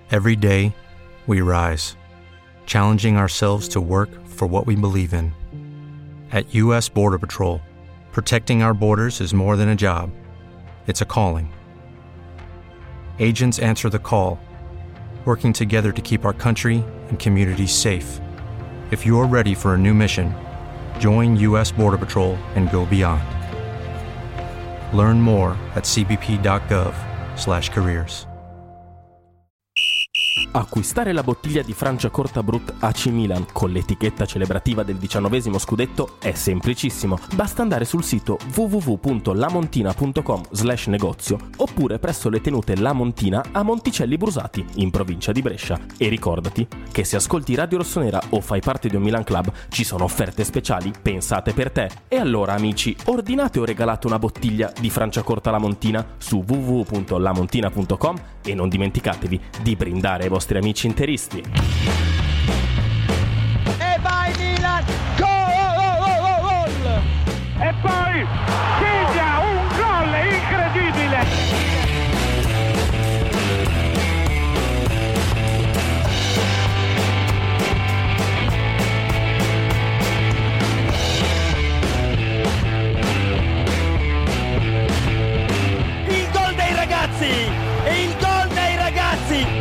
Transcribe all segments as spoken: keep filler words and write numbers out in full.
Every day, we rise, challenging ourselves to work for what we believe in. At U S Border Patrol, protecting our borders is more than a job. It's a calling. Agents answer the call, working together to keep our country and communities safe. If you're ready for a new mission, join U S Border Patrol and go beyond. Learn more at c b p dot gov slash careers. Acquistare la bottiglia di Franciacorta Brut A C Milan con l'etichetta celebrativa del diciannovesimo scudetto è semplicissimo. Basta andare sul sito w w w punto lamontina punto com slash negozio oppure presso le tenute La Montina a Monticelli Brusati, in provincia di Brescia. E ricordati che se ascolti Radio Rossonera o fai parte di un Milan Club ci sono offerte speciali pensate per te. E allora amici, ordinate o regalate una bottiglia di Franciacorta La Montina su w w w punto lamontina punto com e non dimenticatevi di brindare ai vostri amici interisti. E vai Milan, gol! E poi segna un gol incredibile. Il gol dei ragazzi! E il gol dei ragazzi!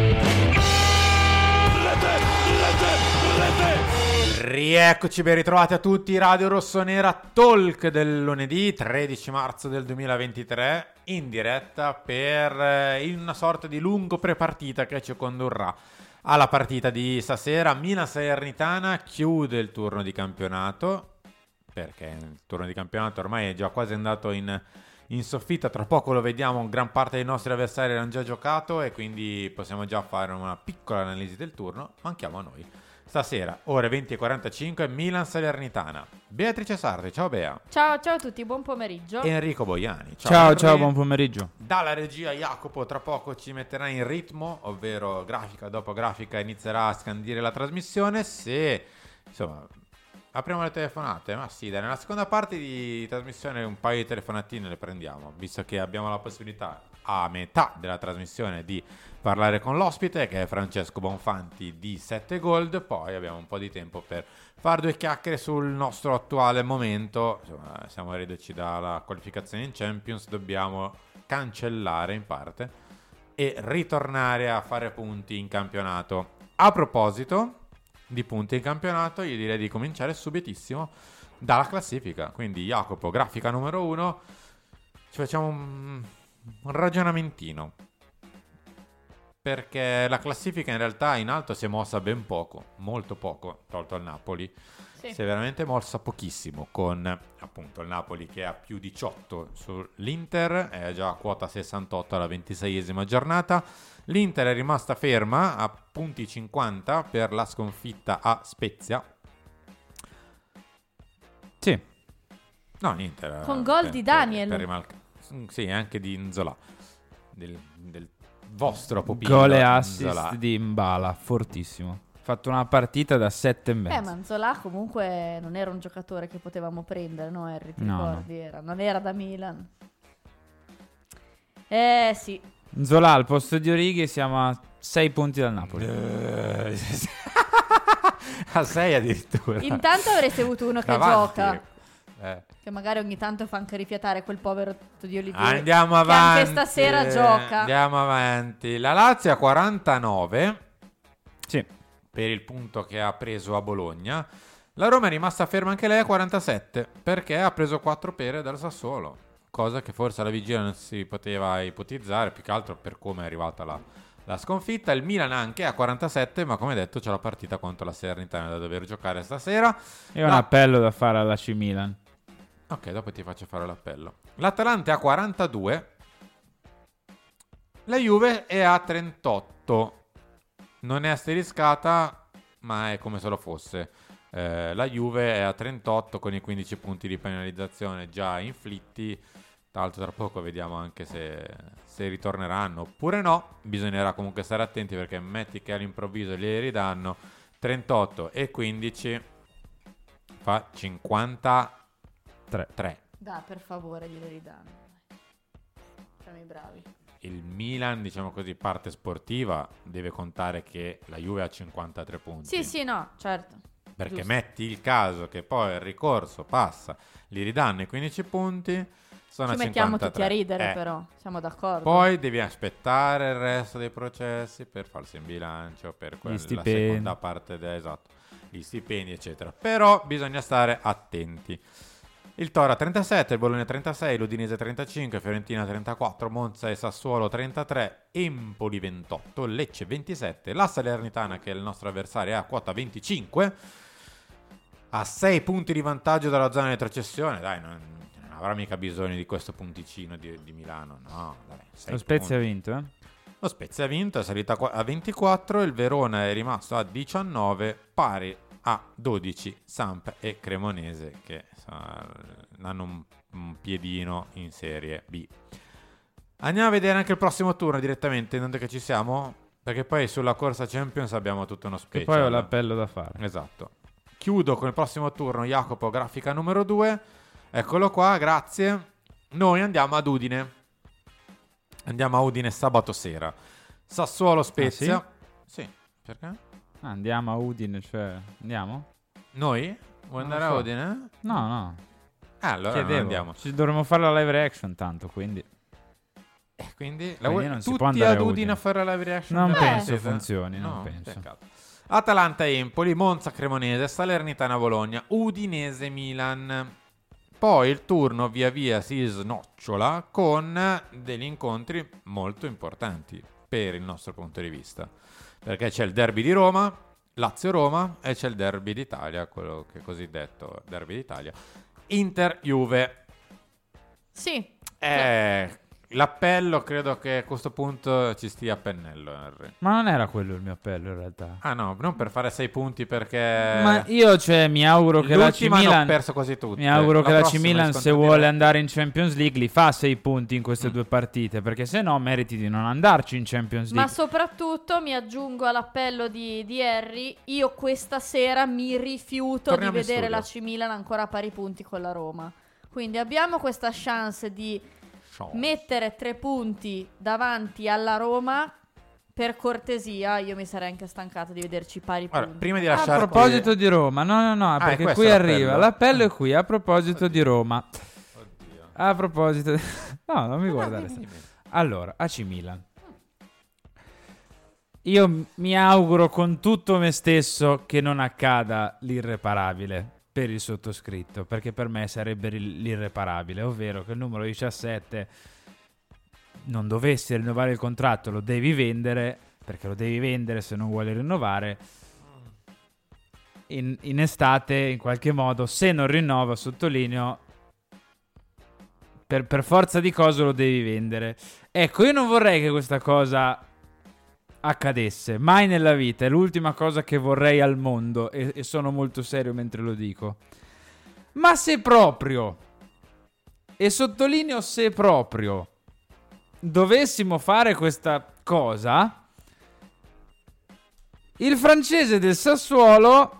Rieccoci, ben ritrovati a tutti. Radio Rossonera Talk del lunedì tredici marzo del duemilaventitré, in diretta per eh, una sorta di lungo prepartita che ci condurrà alla partita di stasera. Milan-Salernitana chiude il turno di campionato, perché il turno di campionato ormai è già quasi andato in, in soffitta. Tra poco lo vediamo, gran parte dei nostri avversari hanno già giocato e quindi possiamo già fare una piccola analisi del turno. Manchiamo a noi. Stasera, ore venti e quarantacinque, Milan-Salernitana. Beatrice Sardi, ciao Bea. Ciao, ciao a tutti, buon pomeriggio. Enrico Boiani. Ciao, ciao, Henry. ciao, buon pomeriggio. Dalla regia Jacopo tra poco ci metterà in ritmo, ovvero grafica dopo grafica inizierà a scandire la trasmissione. Se, insomma, apriamo le telefonate, ma sì, dai, nella seconda parte di trasmissione un paio di telefonatine le prendiamo, visto che abbiamo la possibilità a metà della trasmissione di parlare con l'ospite, che è Francesco Bonfanti di sette Gold. Poi abbiamo un po' di tempo per fare due chiacchiere sul nostro attuale momento. Insomma, siamo reduci dalla qualificazione in Champions, dobbiamo cancellare in parte e ritornare a fare punti in campionato. A proposito di punti in campionato, io direi di cominciare subitissimo dalla classifica. Quindi Jacopo, grafica numero uno, ci facciamo un, un ragionamentino, perché la classifica in realtà in alto si è mossa ben poco, molto poco, tolto il Napoli. Sì. Si è veramente mossa pochissimo, con appunto il Napoli che ha più diciotto sull'Inter, è già a quota sessantotto alla ventiseiesima giornata. L'Inter è rimasta ferma a punti cinquanta per la sconfitta a Spezia. Sì. No, l'Inter con gol per, di Daniel. Per, per rimal- sì, anche di Nzola, del, del vostro pupillo. Gol e assist Nzola. di Mbala, fortissimo. Ha fatto una partita da sette e mezzo. Eh, ma Nzola comunque non era un giocatore che potevamo prendere, no Harry? Ti No, ricordi? Era, non era da Milan. Eh sì. Nzola al posto di Orighi, siamo a sei punti dal Napoli. A sei addirittura. Intanto avreste avuto uno che Avanti. gioca, Eh. che magari ogni tanto fa anche rifiatare quel povero di Olivier. Andiamo che avanti. anche stasera gioca. Andiamo avanti. La Lazio a quarantanove. Sì. Per il punto che ha preso a Bologna. La Roma è rimasta ferma anche lei a quarantasette, perché ha preso quattro pere dal Sassuolo, cosa che forse alla vigilia non si poteva ipotizzare, più che altro per come è arrivata la, la sconfitta. Il Milan anche a quarantasette, ma come detto c'è la partita contro la Salernitana da dover giocare stasera. E un La... appello da fare alla C Milan. Ok, dopo ti faccio fare l'appello. L'Atalanta è a quarantadue. La Juve è a trentotto. Non è asteriscata, ma è come se lo fosse. Eh, la Juve è a trentotto con i quindici punti di penalizzazione già inflitti. Tra l'altro tra poco vediamo anche se, se ritorneranno oppure no. Bisognerà comunque stare attenti, perché metti che all'improvviso li ridanno. Trentotto e quindici fa cinquantatré. Dai, per favore, glieli ridanno. Siamo i bravi. il Milan, diciamo così, parte sportiva, deve contare che la Juve ha cinquantatré punti. Sì, sì, no, certo. Perché Giusto. metti il caso che poi il ricorso passa, gli ridanno i quindici punti, sono Ci a mettiamo cinquantatré. tutti a ridere, Eh, però, siamo d'accordo. Poi devi aspettare il resto dei processi per falso in bilancio, per quella, la stipendi. seconda parte de, esatto, gli stipendi, eccetera. Però bisogna stare attenti. Il Toro a trentasette, il Bologna trentasei, l'Udinese trentacinque, Fiorentina trentaquattro, Monza e Sassuolo trentatré, Empoli ventotto, Lecce ventisette, la Salernitana, che è il nostro avversario, è a quota venticinque, a sei punti di vantaggio dalla zona di retrocessione. Dai, non, non avrà mica bisogno di questo punticino di, di Milano, no, dai, sei Lo Spezia ha punti. vinto, eh? Lo Spezia ha vinto, è salita a ventiquattro, il Verona è rimasto a diciannove, pari a dodici Samp e Cremonese, che uh, hanno un, un piedino in Serie B. Andiamo a vedere anche il prossimo turno direttamente, tanto che ci siamo, perché poi sulla corsa Champions abbiamo tutto uno Che special. poi ho l'appello da fare. Esatto. Chiudo con il prossimo turno, Jacopo, grafica numero due. Eccolo qua, grazie. Noi andiamo ad Udine. Andiamo a Udine sabato sera. Sassuolo Spezia. Ah, sì? Perché? Ah, andiamo a Udine, cioè... Andiamo? Noi? Vuoi Non andare lo a so. Udine? No, no. Ah, allora non Chiedevo. andiamo. Ci dovremmo fare la live reaction tanto, quindi... Eh, quindi, la Quindi vuoi- non si tutti può andare ad a Udine Udine. a fare la live reaction? Non Eh, penso siete? funzioni, non No, penso. peccato. Atalanta Empoli, Monza Cremonese, Salernitana Bologna, Udinese Milan. Poi il turno via via si snocciola con degli incontri molto importanti per il nostro punto di vista, perché c'è il derby di Roma, Lazio-Roma, e c'è il derby d'Italia, quello che è cosiddetto derby d'Italia, Inter-Juve. Sì. Eh, l'appello credo che a questo punto ci stia a pennello, Henry. Ma non era quello il mio appello, in realtà. Ah no, non per fare sei punti, perché Ma io, cioè, mi auguro che la C l'ultima hanno Milan... perso quasi tutte. Mi auguro che la C prossima Milan, li se scontro vuole diretti. andare in Champions League, li fa sei punti in queste Mm. due partite, perché se no meriti di non andarci in Champions Ma League. soprattutto mi aggiungo all'appello di, di Harry. Io questa sera mi rifiuto Torniamo di in vedere studio. la C Milan ancora a pari punti con la Roma. Quindi abbiamo questa chance di Ciao. mettere tre punti davanti alla Roma. Per cortesia, io mi sarei anche stancato di vederci pari Guarda, punti. prima di A lasciarti... proposito di Roma, no, no, no, Ah, è perché questo qui l'appello? arriva. L'appello è qui. A proposito di Roma, Oddio. a proposito, di... no, non mi No, guardare. dimmi, dimmi. Allora, A C Milan. Io m- mi auguro con tutto me stesso che non accada l'irreparabile per il sottoscritto, perché per me sarebbe l'ir- l'irreparabile, ovvero che il numero diciassette non dovessi rinnovare il contratto, lo devi vendere, perché lo devi vendere se non vuole rinnovare. In, in estate, in qualche modo, se non rinnova, sottolineo, per, per forza di cose lo devi vendere. Ecco, io non vorrei che questa cosa accadesse, mai nella vita. È l'ultima cosa che vorrei al mondo, e, e sono molto serio mentre lo dico. Ma se proprio, e sottolineo se proprio, dovessimo fare questa cosa, il francese del Sassuolo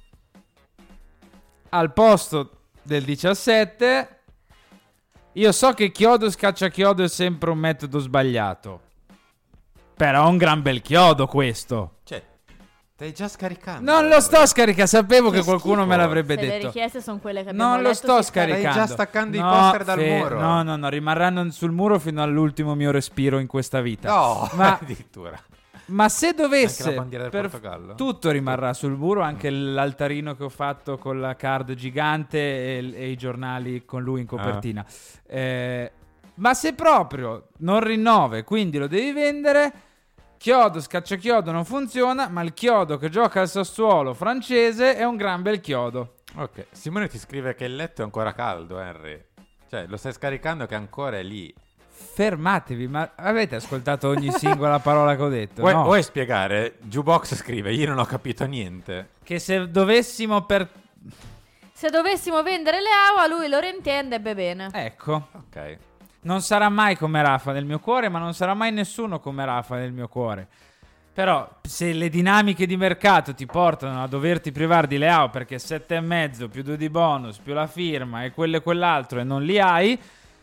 al posto del diciassette, io so che chiodo scaccia chiodo è sempre un metodo sbagliato, però è un gran bel chiodo questo. Cioè, stai già scaricando. Non lo sto scaricando, sapevo Che che qualcuno schifo. me l'avrebbe Se le detto. richieste sono quelle che abbiamo Non lo letto, sto si scarica. scaricando. Stai già staccando i No, poster dal fe- muro. No, no, no, rimarranno sul muro fino all'ultimo mio respiro in questa vita. No, Ma- addirittura. Ma se Anche dovesse, la bandiera del per- Portogallo? tutto rimarrà sul muro, anche l'altarino che ho fatto con la card gigante e, e i giornali con lui in copertina. Eh, ma se proprio non rinnova e quindi lo devi vendere, chiodo scacciachiodo non funziona, ma il chiodo che gioca al Sassuolo francese è un gran bel chiodo. Ok, Simone ti scrive che il letto è ancora caldo, Henry. Cioè, lo stai scaricando che ancora è lì. Fermatevi, ma avete ascoltato ogni singola parola che ho detto? Vuoi, No. vuoi spiegare? Jukebox scrive, io non ho capito niente. Che se dovessimo per... Se dovessimo vendere Leao, a lui lo riintende bene. Ecco. Ok. Non sarà mai come Rafa nel mio cuore, ma non sarà mai nessuno come Rafa nel mio cuore. Però se le dinamiche di mercato ti portano a doverti privare di Leao perché sette e mezzo più due di bonus più la firma e quello e quell'altro e non li hai,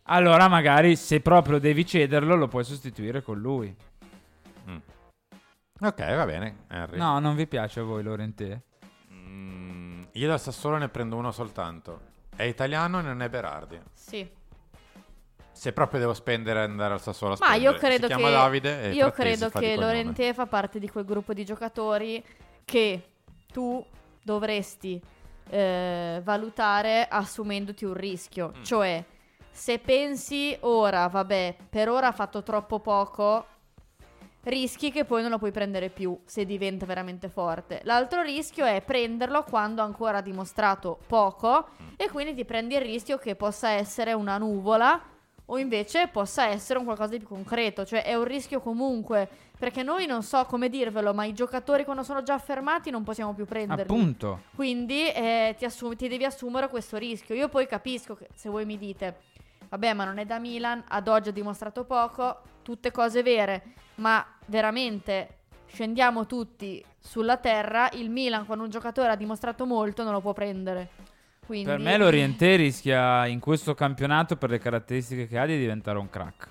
allora magari se proprio devi cederlo lo puoi sostituire con lui. Mm. Ok, va bene, Henry. No, non vi piace a voi Llorente? Mm, io dal Sassuolo ne prendo uno soltanto. È italiano e non è Berardi. Sì. Se proprio devo spendere e andare al Sassuolo a Ma spendere. io credo si chiama che Davide e io Frattesi credo fa di che cognome. Llorente fa parte di quel gruppo di giocatori che tu dovresti eh, valutare assumendoti un rischio. Mm. Cioè, se pensi ora, vabbè, per ora ha fatto troppo poco, rischi che poi non lo puoi prendere più se diventa veramente forte. L'altro rischio è prenderlo quando ancora ha dimostrato poco e quindi ti prendi il rischio che possa essere una nuvola o invece possa essere un qualcosa di più concreto. Cioè è un rischio comunque, perché noi non so come dirvelo, ma i giocatori quando sono già affermati non possiamo più prenderli. Appunto. Quindi eh, ti, assumi- ti devi assumere questo rischio. Io poi capisco che se voi mi dite vabbè, ma non è da Milan, ad oggi ha dimostrato poco, tutte cose vere, ma veramente scendiamo tutti sulla terra, il Milan quando un giocatore ha dimostrato molto non lo può prendere. Quindi... Per me Llorente rischia in questo campionato, per le caratteristiche che ha, di diventare un crack.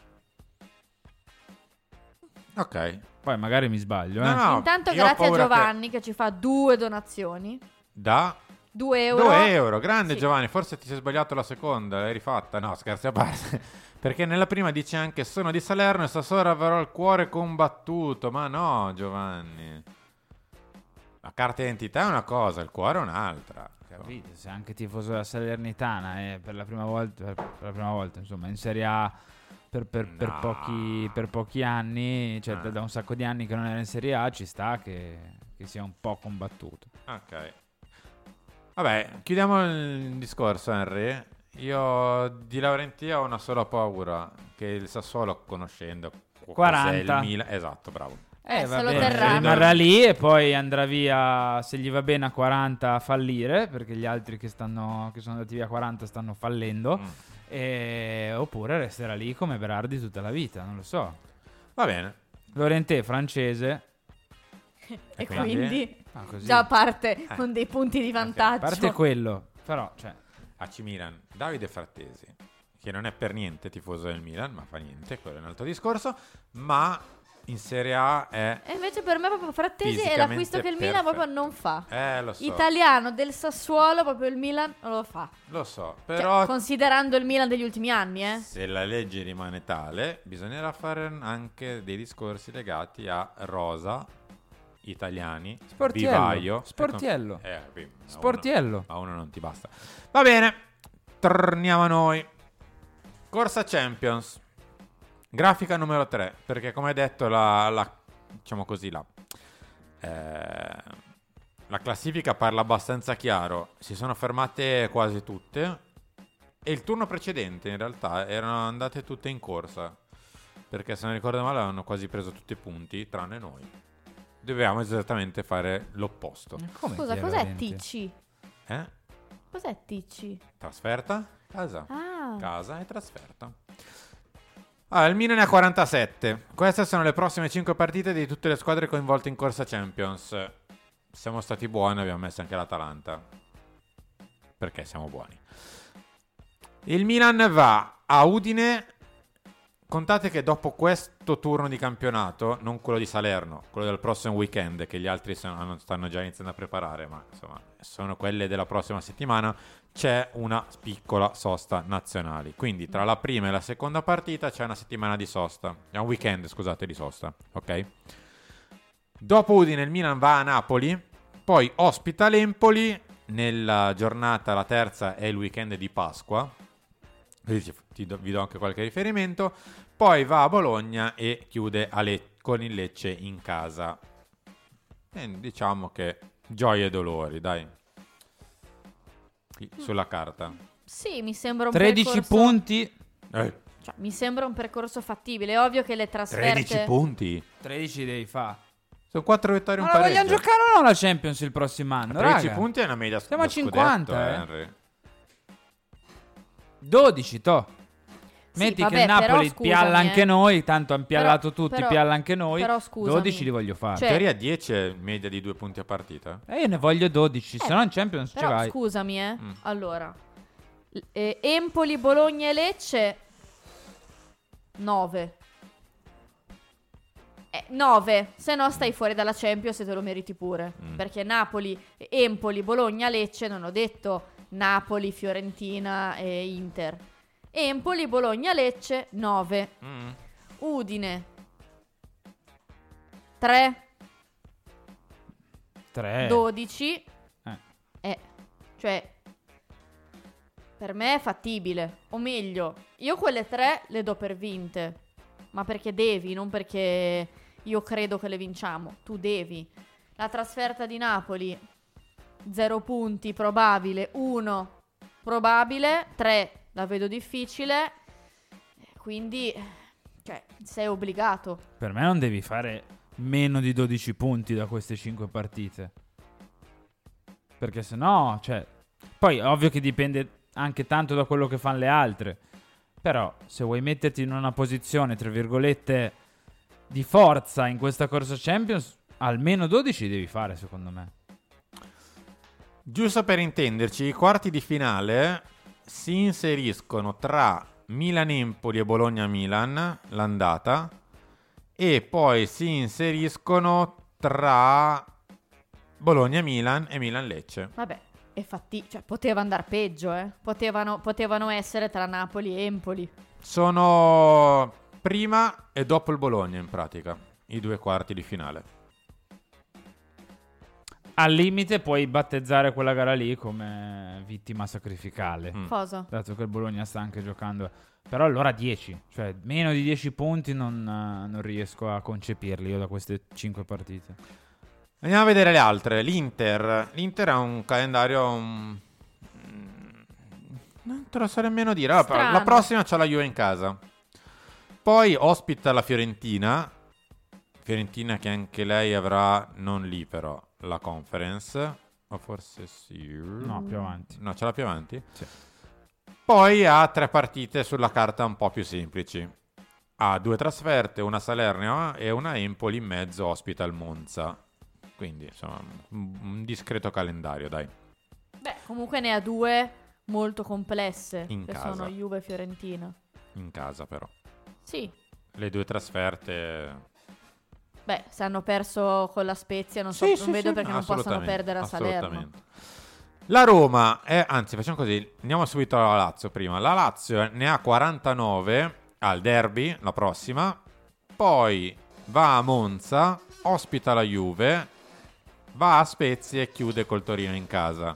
Ok. Poi magari mi sbaglio, eh. No, no, Intanto io ho grazie a paura Giovanni che... che ci fa due donazioni. Da due euro. due euro, grande Sì. Giovanni, forse ti sei sbagliato la seconda, l'hai rifatta. No, scherzi a parte. Perché nella prima dice anche sono di Salerno e stasera avrò il cuore combattuto. Ma no, Giovanni. La carta d'identità è una cosa, il cuore è un'altra. Capite, se anche tifoso della Salernitana eh, per la prima volta, per, per la prima volta, insomma, in Serie A per, per, per, No. pochi, per pochi anni, cioè Ah. da, da un sacco di anni che non era in Serie A, ci sta che, che sia un po' combattuto. Ok. Vabbè, chiudiamo il discorso, Henry. Io di Laurenti ho una sola paura, che il Sassuolo, conoscendo cos'è quaranta. il Milan, esatto, bravo. Eh, Eh, va se lo bene, terrà. rimarrà lì e poi andrà via, se gli va bene, a quaranta a fallire, perché gli altri che, stanno, che sono andati via a quaranta stanno fallendo, Mm. e, oppure resterà lì come Berardi tutta la vita, non lo so. Va bene. Llorente francese, E quindi? quindi ah, così. già parte con dei punti di a vantaggio. parte quello, però, cioè, A C Milan, Davide Frattesi, che non è per niente tifoso del Milan, ma fa niente, quello è un altro discorso, ma in Serie A è... E invece per me proprio Frattesi è Fisicamente l'acquisto che il Milan proprio perfetto. non fa. Eh, lo so, Italiano del Sassuolo, proprio il Milan non lo fa. lo so, Cioè, però considerando il Milan degli ultimi anni, eh. se la legge rimane tale, bisognerà fare anche dei discorsi legati a rosa, italiani, Sportiello, vivaio. Sportiello. Eh, qui, a Sportiello. uno- A uno non ti basta. Va bene, torniamo a noi. Corsa Champions. Grafica numero tre, perché come detto la, la diciamo così la, eh, la classifica parla abbastanza chiaro, si sono fermate quasi tutte e il turno precedente in realtà erano andate tutte in corsa, perché se non ricordo male hanno quasi preso tutti i punti tranne noi. Dovevamo esattamente fare l'opposto. come Scusa, chi è cos'è Llorente? Ticci? Eh? Cos'è Ticci? Trasferta, casa. Ah, Casa e trasferta. Ah, il Milan è a quarantasette. Queste sono le prossime cinque partite di tutte le squadre coinvolte in corsa Champions. Siamo stati buoni, abbiamo messo anche l'Atalanta. Perché siamo buoni. Il Milan va a Udine. Contate che dopo questo turno di campionato, non quello di Salerno, quello del prossimo weekend, che gli altri sono- stanno già iniziando a preparare, ma insomma sono quelle della prossima settimana, c'è una piccola sosta nazionale. Quindi tra la prima e la seconda partita c'è una settimana di sosta. È un weekend, scusate, di sosta. Ok? Dopo Udine il Milan va a Napoli, poi ospita l'Empoli. Nella giornata, la terza, è il weekend di Pasqua. Quindi ci- ti do- vi do anche qualche riferimento. Poi va a Bologna e chiude a Le- con il Lecce in casa. E diciamo che gioie e dolori, dai. Sulla carta. sì, mi sembra un tredici percorso... punti. Eh, Cioè, mi sembra un percorso fattibile. È ovvio che le trasferte... tredici punti. tredici devi fa. Sono quattro vittorie e Ma un la pareggio. vogliamo giocare o no la Champions il prossimo anno? tredici raga? punti è una media. Siamo a da scudetto, cinquanta, eh. Henry. dodici, to. Sì, Metti vabbè, che il Napoli però scusami, pialla anche eh. noi, tanto hanno piallato Però- tutti, però- pialla anche noi. però scusami. dodici li voglio fare. Cioè- In teoria dieci è media di due punti a partita. E io ne voglio dodici, Eh, se no in Champions ci Però vai. scusami, eh. Mm. Allora, l- eh, Empoli, Bologna e Lecce nove. Eh, nove, se no stai fuori dalla Champions e te lo meriti pure. Mm. Perché Napoli, Empoli, Bologna, Lecce, non ho detto Napoli, Fiorentina e Inter. Empoli, Bologna, Lecce, nove. Mm. Udine, tre, tre. dodici. Eh. Eh, cioè, per me è fattibile. O meglio, io quelle tre le do per vinte. Ma perché devi, non perché io credo che le vinciamo. Tu devi. La trasferta di Napoli, zero punti, probabile. uno, probabile. tre, la vedo difficile. Quindi, cioè, sei obbligato. Per me non devi fare meno di dodici punti da queste cinque partite. Perché sennò, cioè... Poi, ovvio che dipende anche tanto da quello che fanno le altre. Però, se vuoi metterti in una posizione, tra virgolette, di forza in questa corsa Champions, almeno dodici devi fare, secondo me. Giusto per intenderci, i quarti di finale si inseriscono tra Milan-Empoli e Bologna-Milan, l'andata, e poi si inseriscono tra Bologna-Milan e Milan-Lecce. Vabbè, è fatti... Cioè, poteva andare peggio, eh. Potevano, potevano essere tra Napoli e Empoli. Sono prima e dopo il Bologna, in pratica, i due quarti di finale. Al limite puoi battezzare quella gara lì come vittima sacrificale. Mm. Cosa? Dato che il Bologna sta anche giocando. Però allora dieci. Cioè, meno di dieci punti non, eh, non riesco a concepirli io da queste cinque partite. Andiamo a vedere le altre. L'Inter. L'Inter ha un calendario... um, non te lo so nemmeno dire. Allora, Strano. la prossima c'ha la Juve in casa. Poi ospita la Fiorentina. Fiorentina che anche lei avrà, non lì però, la Conference. O forse sì. No, più avanti. No, ce l'ha più avanti? Sì. Poi ha tre partite sulla carta un po' più semplici. Ha due trasferte, una Salerno e una Empoli in mezzo, ospita il Monza. Quindi, insomma, un un discreto calendario, dai. Beh, comunque ne ha due molto complesse. In che casa. sono Juve e Fiorentina. In casa, però. Sì. Le due trasferte... Beh, se hanno perso con la Spezia, non so, Sì, non sì, vedo sì, perché non possano assolutamente, perdere a Salerno. assolutamente. La Roma è... Anzi, facciamo così. Andiamo subito alla Lazio prima. La Lazio ne ha quarantanove al derby, la prossima. Poi va a Monza, ospita la Juve, va a Spezia e chiude col Torino in casa.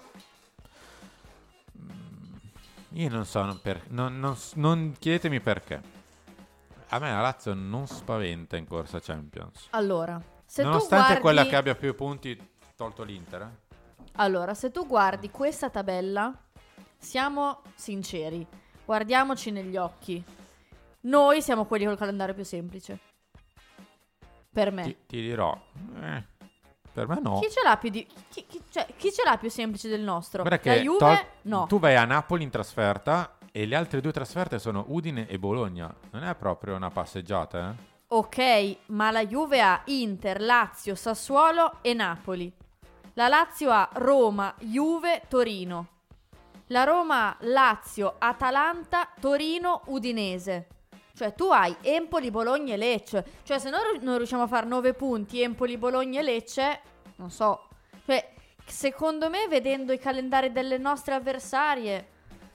Mm, Io non so, non, per, non, non, non chiedetemi perché. A me la Lazio non spaventa in corsa Champions. Allora, se Nonostante tu guardi... quella che abbia più punti, tolto l'Inter. Eh? Allora, se tu guardi questa tabella, siamo sinceri, guardiamoci negli occhi. Noi siamo quelli col calendario più semplice. Per me. Ti, ti dirò, eh, per me no. Chi ce l'ha più di... Chi, chi- cioè, chi ce l'ha più semplice del nostro? Guarda La che Juve? tol- No. tu vai a Napoli in trasferta e le altre due trasferte sono Udine e Bologna. Non è proprio una passeggiata, eh? Ok, ma la Juve ha Inter, Lazio, Sassuolo e Napoli. La Lazio ha Roma, Juve, Torino. La Roma ha Lazio, Atalanta, Torino, Udinese. Cioè tu hai Empoli, Bologna e Lecce. Cioè se noi non riusciamo a fare nove punti Empoli, Bologna e Lecce, non so. Cioè secondo me, vedendo i calendari delle nostre avversarie,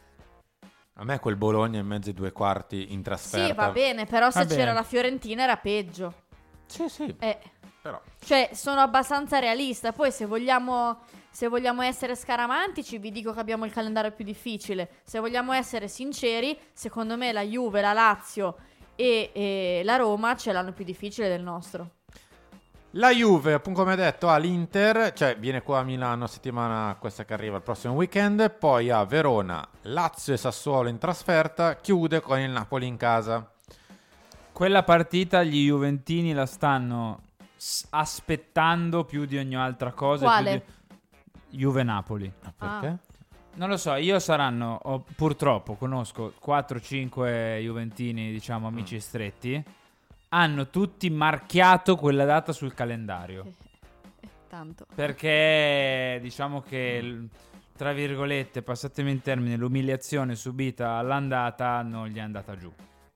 A me quel Bologna in mezzo ai due quarti in trasferta. sì, va bene, però se Va c'era bene. la Fiorentina era peggio. Sì, sì, Eh, però. cioè sono abbastanza realista. Poi se vogliamo se vogliamo essere scaramantici, vi dico che abbiamo il calendario più difficile. Se vogliamo essere sinceri, secondo me la Juve, la Lazio e, e la Roma ce l'hanno più difficile del nostro. La Juve, appunto come detto, ha l'Inter, cioè viene qua a Milano settimana questa che arriva il prossimo weekend, poi ha Verona, Lazio e Sassuolo in trasferta, chiude con il Napoli in casa. Quella partita gli Juventini la stanno s- aspettando più di ogni altra cosa. Quale? più di- Juve-Napoli. Perché? Non lo so, io saranno, ho- purtroppo conosco quattro cinque Juventini, diciamo, amici Mm. stretti, hanno tutti marchiato quella data sul calendario. Eh, tanto. Perché diciamo che, l- tra virgolette, passatemi in termine, l'umiliazione subita all'andata non gli è andata giù.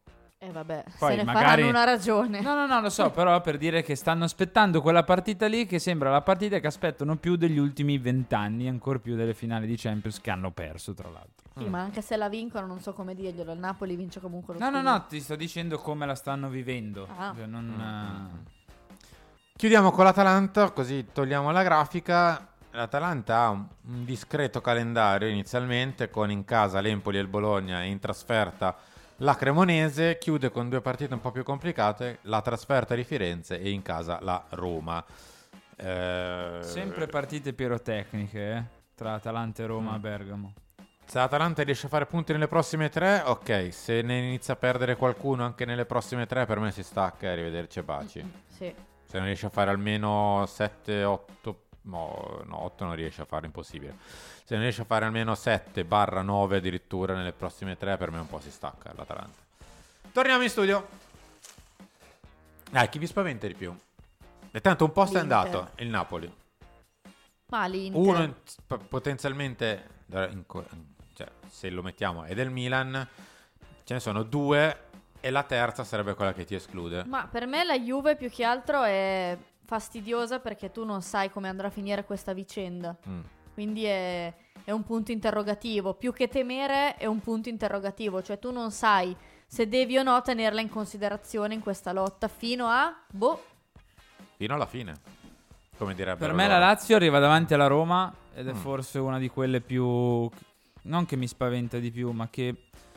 E eh vabbè, Poi se ne magari... faranno una ragione. No, no, no, lo so, però per dire che stanno aspettando quella partita lì che sembra la partita che aspettano più degli ultimi vent'anni, ancora più delle finali di Champions che hanno perso, tra l'altro. Sì, mm. ma anche se la vincono non so come dirglielo, il Napoli vince comunque lo No, scudetto. no, no, ti sto dicendo come la stanno vivendo. Ah. Cioè, non... Mm. Chiudiamo con l'Atalanta, così togliamo la grafica. L'Atalanta ha un, un discreto calendario inizialmente, con in casa l'Empoli e il Bologna e in trasferta la Cremonese. Chiude con due partite un po' più complicate, la trasferta di Firenze e in casa la Roma. Eh... Sempre partite pirotecniche, eh? Tra Atalanta e Roma mm. a Bergamo. Se l'Atalanta riesce a fare punti nelle prossime tre, ok. Se ne inizia a perdere qualcuno anche nelle prossime tre, per me si stacca e arrivederci e baci. Mm, sì. Se non riesce a fare almeno sette otto, no, no otto non riesce a fare, impossibile. Se non riesce a fare almeno sette nove addirittura nelle prossime tre, per me un po' si stacca l'Atalanta. Torniamo in studio. Dai, chi vi spaventa di più? E tanto un posto è L'Inter. andato, il Napoli. Ma l'Inter. Uno in- p- potenzialmente, in co- cioè, se lo mettiamo, è del Milan. Ce ne sono due e la terza sarebbe quella che ti esclude. Ma per me la Juve più che altro è fastidiosa perché tu non sai come andrà a finire questa vicenda. Mm. Quindi è, è un punto interrogativo. Più che temere è un punto interrogativo. Cioè tu non sai se devi o no tenerla in considerazione in questa lotta fino a... boh. Fino alla fine, come direbbe. Per me la Lazio arriva davanti alla Roma ed è Mm. forse una di quelle più... non che mi spaventa di più, ma che...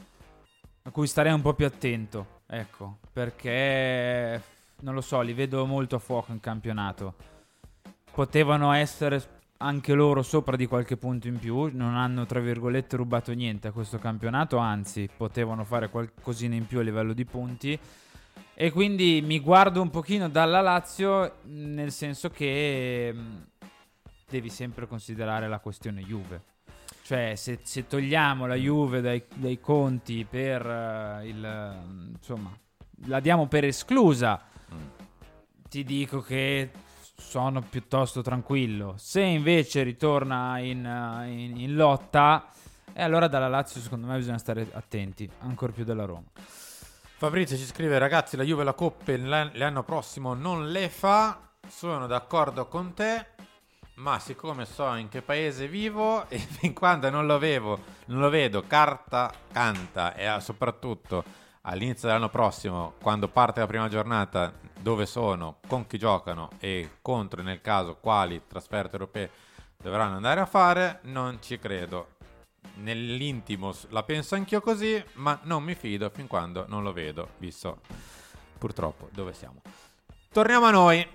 a cui starei un po' più attento, ecco, perché non lo so, li vedo molto a fuoco in campionato. Potevano essere anche loro sopra di qualche punto in più, non hanno tra virgolette rubato niente a questo campionato, anzi potevano fare qualcosina in più a livello di punti, e quindi mi guardo un pochino dalla Lazio, nel senso che mh, devi sempre considerare la questione Juve. Cioè, se, se togliamo la Juve dai, dai conti per uh, il... uh, insomma, la diamo per esclusa, Mm. ti dico che sono piuttosto tranquillo. Se invece ritorna in, uh, in, in lotta, e allora dalla Lazio secondo me bisogna stare attenti, ancora più della Roma. Fabrizio ci scrive: ragazzi, la Juve la coppe l'an- l'anno prossimo non le fa. Sono d'accordo con te, ma siccome so in che paese vivo e fin quando non lo vedo, non lo vedo carta canta, e ah, soprattutto all'inizio dell'anno prossimo, quando parte la prima giornata, dove sono, con chi giocano e contro, nel caso, quali trasferte europee dovranno andare a fare, non ci credo. Nell'intimo la penso anch'io così, ma non mi fido fin quando non lo vedo, visto purtroppo dove siamo. Torniamo a noi.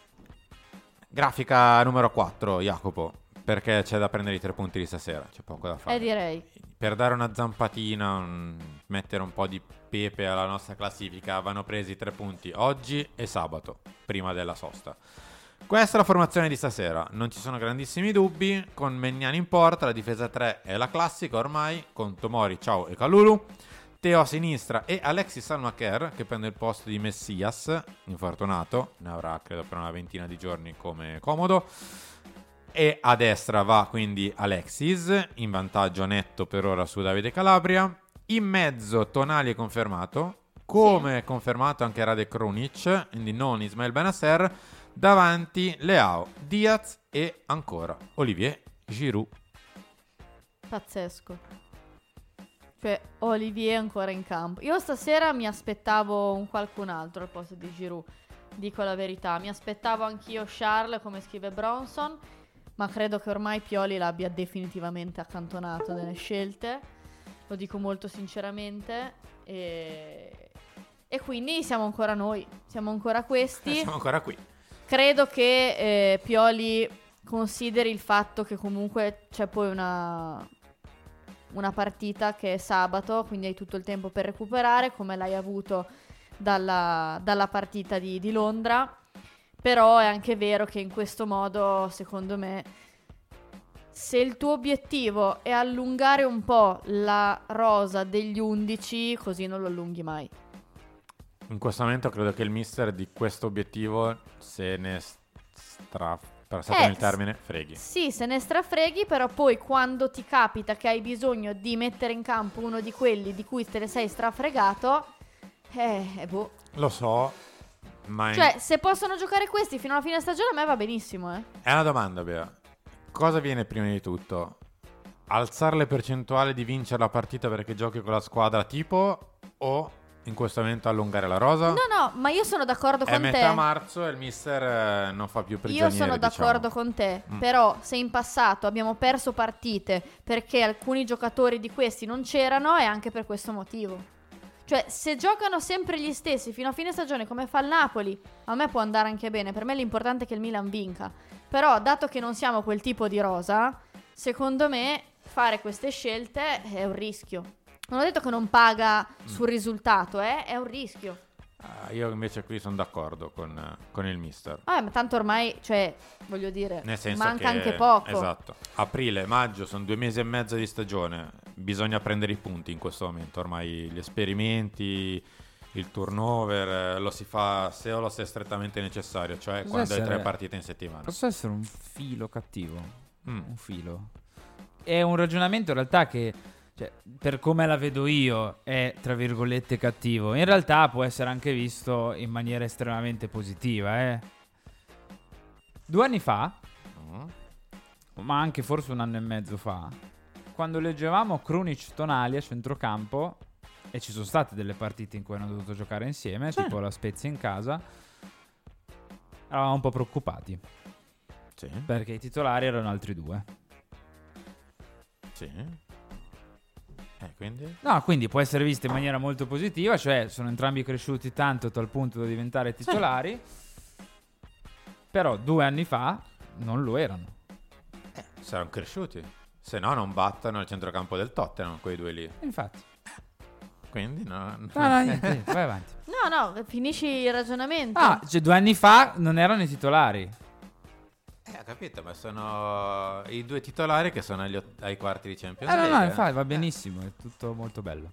Grafica numero quattro, Jacopo, perché c'è da prendere i tre punti di stasera, c'è poco da fare. Eh direi. Per dare una zampatina, un- mettere un po' di pepe alla nostra classifica, vanno presi tre punti oggi e sabato, prima della sosta. Questa è la formazione di stasera, non ci sono grandissimi dubbi, con Maignan in porta, la difesa tre è la classica ormai, con Tomori, Ciao e Kalulu, Teo a sinistra e Alexis Salmacher che prende il posto di Messias, infortunato, ne avrà credo per una ventina di giorni come comodo, e a destra va quindi Alexis, in vantaggio netto per ora su Davide Calabria, in mezzo Tonali è confermato, come è confermato anche Rade Krunic, quindi non Ismail Benasser, davanti Leao, Diaz e ancora Olivier Giroud. Pazzesco. Cioè, Olivier ancora in campo. Io stasera mi aspettavo un qualcun altro al posto di Giroud, dico la verità. Mi aspettavo anch'io Charles, come scrive Bronson, ma credo che ormai Pioli l'abbia definitivamente accantonato nelle scelte. Lo dico molto sinceramente. E, e quindi siamo ancora noi, siamo ancora questi. Siamo ancora qui. Credo che eh, Pioli consideri il fatto che comunque c'è poi una... una partita che è sabato, quindi hai tutto il tempo per recuperare, come l'hai avuto dalla, dalla partita di, di Londra. Però è anche vero che in questo modo, secondo me, se il tuo obiettivo è allungare un po' la rosa degli undici, così non lo allunghi mai. In questo momento credo che il mister di questo obiettivo se ne stra... passatemi Eh, il termine, freghi. Sì, se ne strafreghi, però poi quando ti capita che hai bisogno di mettere in campo uno di quelli di cui te ne sei strafregato, Eh, boh. Lo so, ma Cioè, se possono giocare questi fino alla fine della stagione, a me va benissimo, eh. è una domanda, Bea. Cosa viene prima di tutto? Alzare le percentuali di vincere la partita perché giochi con la squadra tipo, o in questo momento allungare la rosa? No, no, ma io sono d'accordo È con metà te. marzo e il mister eh, non fa più prigionieri. Io sono d'accordo diciamo. con te, Mm. però se in passato abbiamo perso partite perché alcuni giocatori di questi non c'erano, è anche per questo motivo. Cioè, se giocano sempre gli stessi fino a fine stagione come fa il Napoli, a me può andare anche bene. Per me l'importante è che il Milan vinca. Però, dato che non siamo quel tipo di rosa, secondo me fare queste scelte è un rischio. Non ho detto che non paga sul risultato, eh? È un rischio. Ah, io invece qui sono d'accordo con, con il mister. Ah, ma tanto ormai, cioè, voglio dire, Nel senso manca che, anche poco. Esatto. Aprile, maggio sono due mesi e mezzo di stagione. Bisogna prendere i punti in questo momento. Ormai gli esperimenti, il turnover, eh, lo si fa se o lo se è strettamente necessario, cioè Posso quando hai essere- tre partite in settimana. Posso essere un filo cattivo? Mm. Un filo. È un ragionamento in realtà che, cioè, per come la vedo io, è tra virgolette cattivo. In realtà può essere anche visto in maniera estremamente positiva, eh. Due anni fa, Mm. ma anche forse un anno e mezzo fa, quando leggevamo Krunic Tonali a centrocampo, e ci sono state delle partite in cui hanno dovuto giocare insieme, Sì. tipo la Spezia in casa, eravamo un po' preoccupati, Sì, perché i titolari erano altri due. sì. Eh, quindi? No, quindi può essere vista in maniera molto positiva, cioè sono entrambi cresciuti tanto a tal punto da diventare titolari, però due anni fa non lo erano. Saranno cresciuti. Se no non battono il centrocampo del Tottenham, quei due lì. Infatti. Quindi no. No, no, niente, niente, vai avanti. No, no, finisci il ragionamento. Ah, cioè due anni fa non erano i titolari. Eh, ho capito, ma sono i due titolari che sono agli ot- ai quarti di Champions Eh, no, League. no, eh. infatti va benissimo, è tutto molto bello.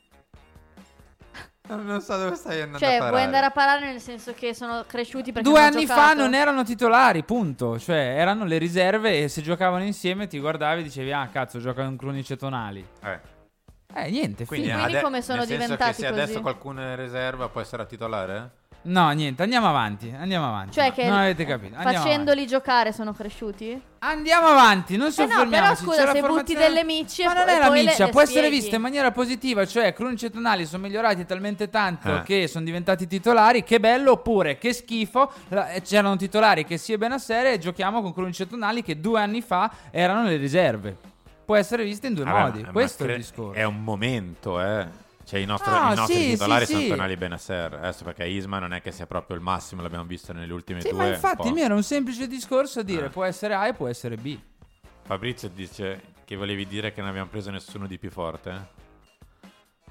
Non so dove stai andando a Cioè, parare. vuoi andare a parare nel senso che sono cresciuti perché Due hanno anni fa giocato? non erano titolari, punto. Cioè, erano le riserve e se giocavano insieme ti guardavi e dicevi, ah, cazzo, giocano in Krunic e Tonali. Eh. Eh, niente, Quindi, fine. Quindi ade- come sono nel senso diventati che se così? adesso qualcuno è in riserva può essere titolare? No, niente, andiamo avanti, andiamo avanti. Cioè che non avete capito. Andiamo facendoli giocare sono cresciuti? avanti. Andiamo avanti, non Eh no, soffermiamoci. però c'è scusa, la se butti formazione- delle micce Ma e non poi- è la poi le- miccia, le può essere spieghi. vista in maniera positiva, cioè Krunic e Tonali sono migliorati talmente tanto Eh. che sono diventati titolari, che bello, oppure che schifo, la- eh, c'erano titolari che si è bene a serie e giochiamo con Krunic e Tonali che due anni fa erano le riserve. Può essere vista in due Vabbè, modi, ma- questo ma è il cre- discorso. È un momento, eh. Cioè i nostri, Ah, i nostri sì, titolari sì, sono sì. Tonali e Benasser. Adesso perché Isma non è che sia proprio il massimo, l'abbiamo visto nelle ultime Sì, due. ma un infatti po'. il mio era un semplice discorso a dire Eh. può essere A e può essere B. Fabrizio dice che volevi dire che non abbiamo preso nessuno di più forte. eh?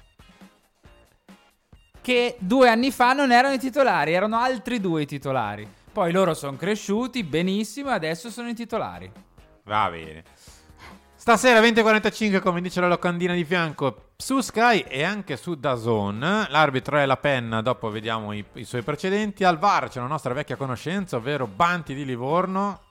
Che due anni fa non erano i titolari, erano altri due i titolari. Poi loro sono cresciuti benissimo e adesso sono i titolari. Va bene. Stasera venti e quarantacinque, come dice la locandina di fianco, su Sky e anche su DAZN. L'arbitro è La Penna, dopo vediamo i, i suoi precedenti. Al V A R c'è una nostra vecchia conoscenza, ovvero Banti di Livorno.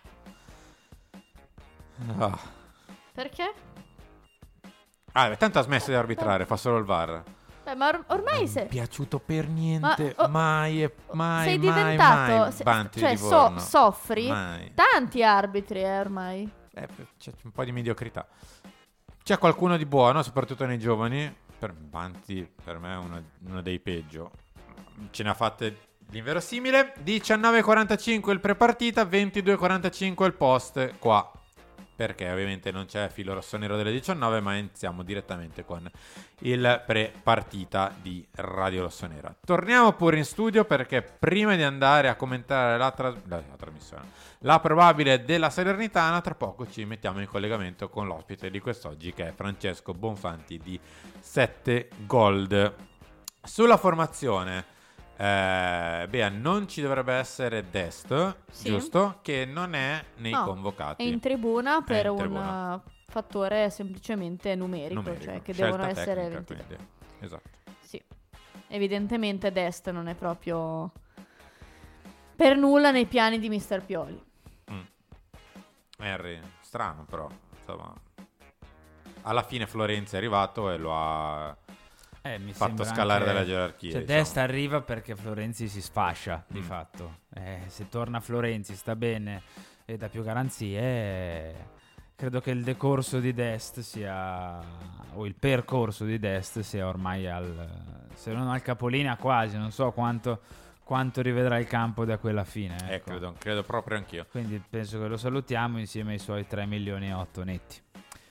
Ah, Perché? Ah, tanto ha smesso di arbitrare, fa solo il V A R. Beh, ma or- ormai Non sei... è piaciuto per niente, Ma, oh, mai e mai, sei mai, diventato... mai, se- Banti cioè, di so- Livorno. soffri? Mai. Tanti arbitri, eh, ormai. Eh, c'è un po' di mediocrità. C'è qualcuno di buono, soprattutto nei giovani. Per Banti, per me, è uno, uno dei peggio. Ce ne ha fatte l'inverosimile. diciannove e quarantacinque il prepartita, ventidue e quarantacinque il post qua. Perché ovviamente non c'è filo rossonero delle diciannove, ma iniziamo direttamente con il pre-partita di Radio Rossonera. Torniamo pure in studio perché prima di andare a commentare la, tras- la, la trasmissione, la probabile della Salernitana, tra poco ci mettiamo in collegamento con l'ospite di quest'oggi che è Francesco Bonfanti di sette Gold. Sulla formazione... Eh, Bea, non ci dovrebbe essere Dest, Sì. giusto? Che non è nei No, convocati. È in tribuna per in un tribuna. uh, fattore semplicemente numerico, Numerico, cioè che scelta devono essere tecnica, ventidue. quindi. Esatto. Sì. Evidentemente Dest non è proprio per nulla nei piani di mister Pioli. Mm. Harry, strano però, insomma. Alla fine Florenzi è arrivato e lo ha Eh, mi fatto sembra scalare anche- dalla gerarchia. Cioè, diciamo. Dest arriva perché Florenzi si sfascia, di Mm. fatto. Eh, se torna Florenzi, sta bene e dà più garanzie, credo che il decorso di Dest sia, o il percorso di Dest sia ormai al, se non al capolinea quasi, non so quanto, quanto rivedrà il campo da quella fine. Eh, Ecco. credo, credo proprio anch'io. Quindi penso che lo salutiamo insieme ai suoi tre milioni e otto netti.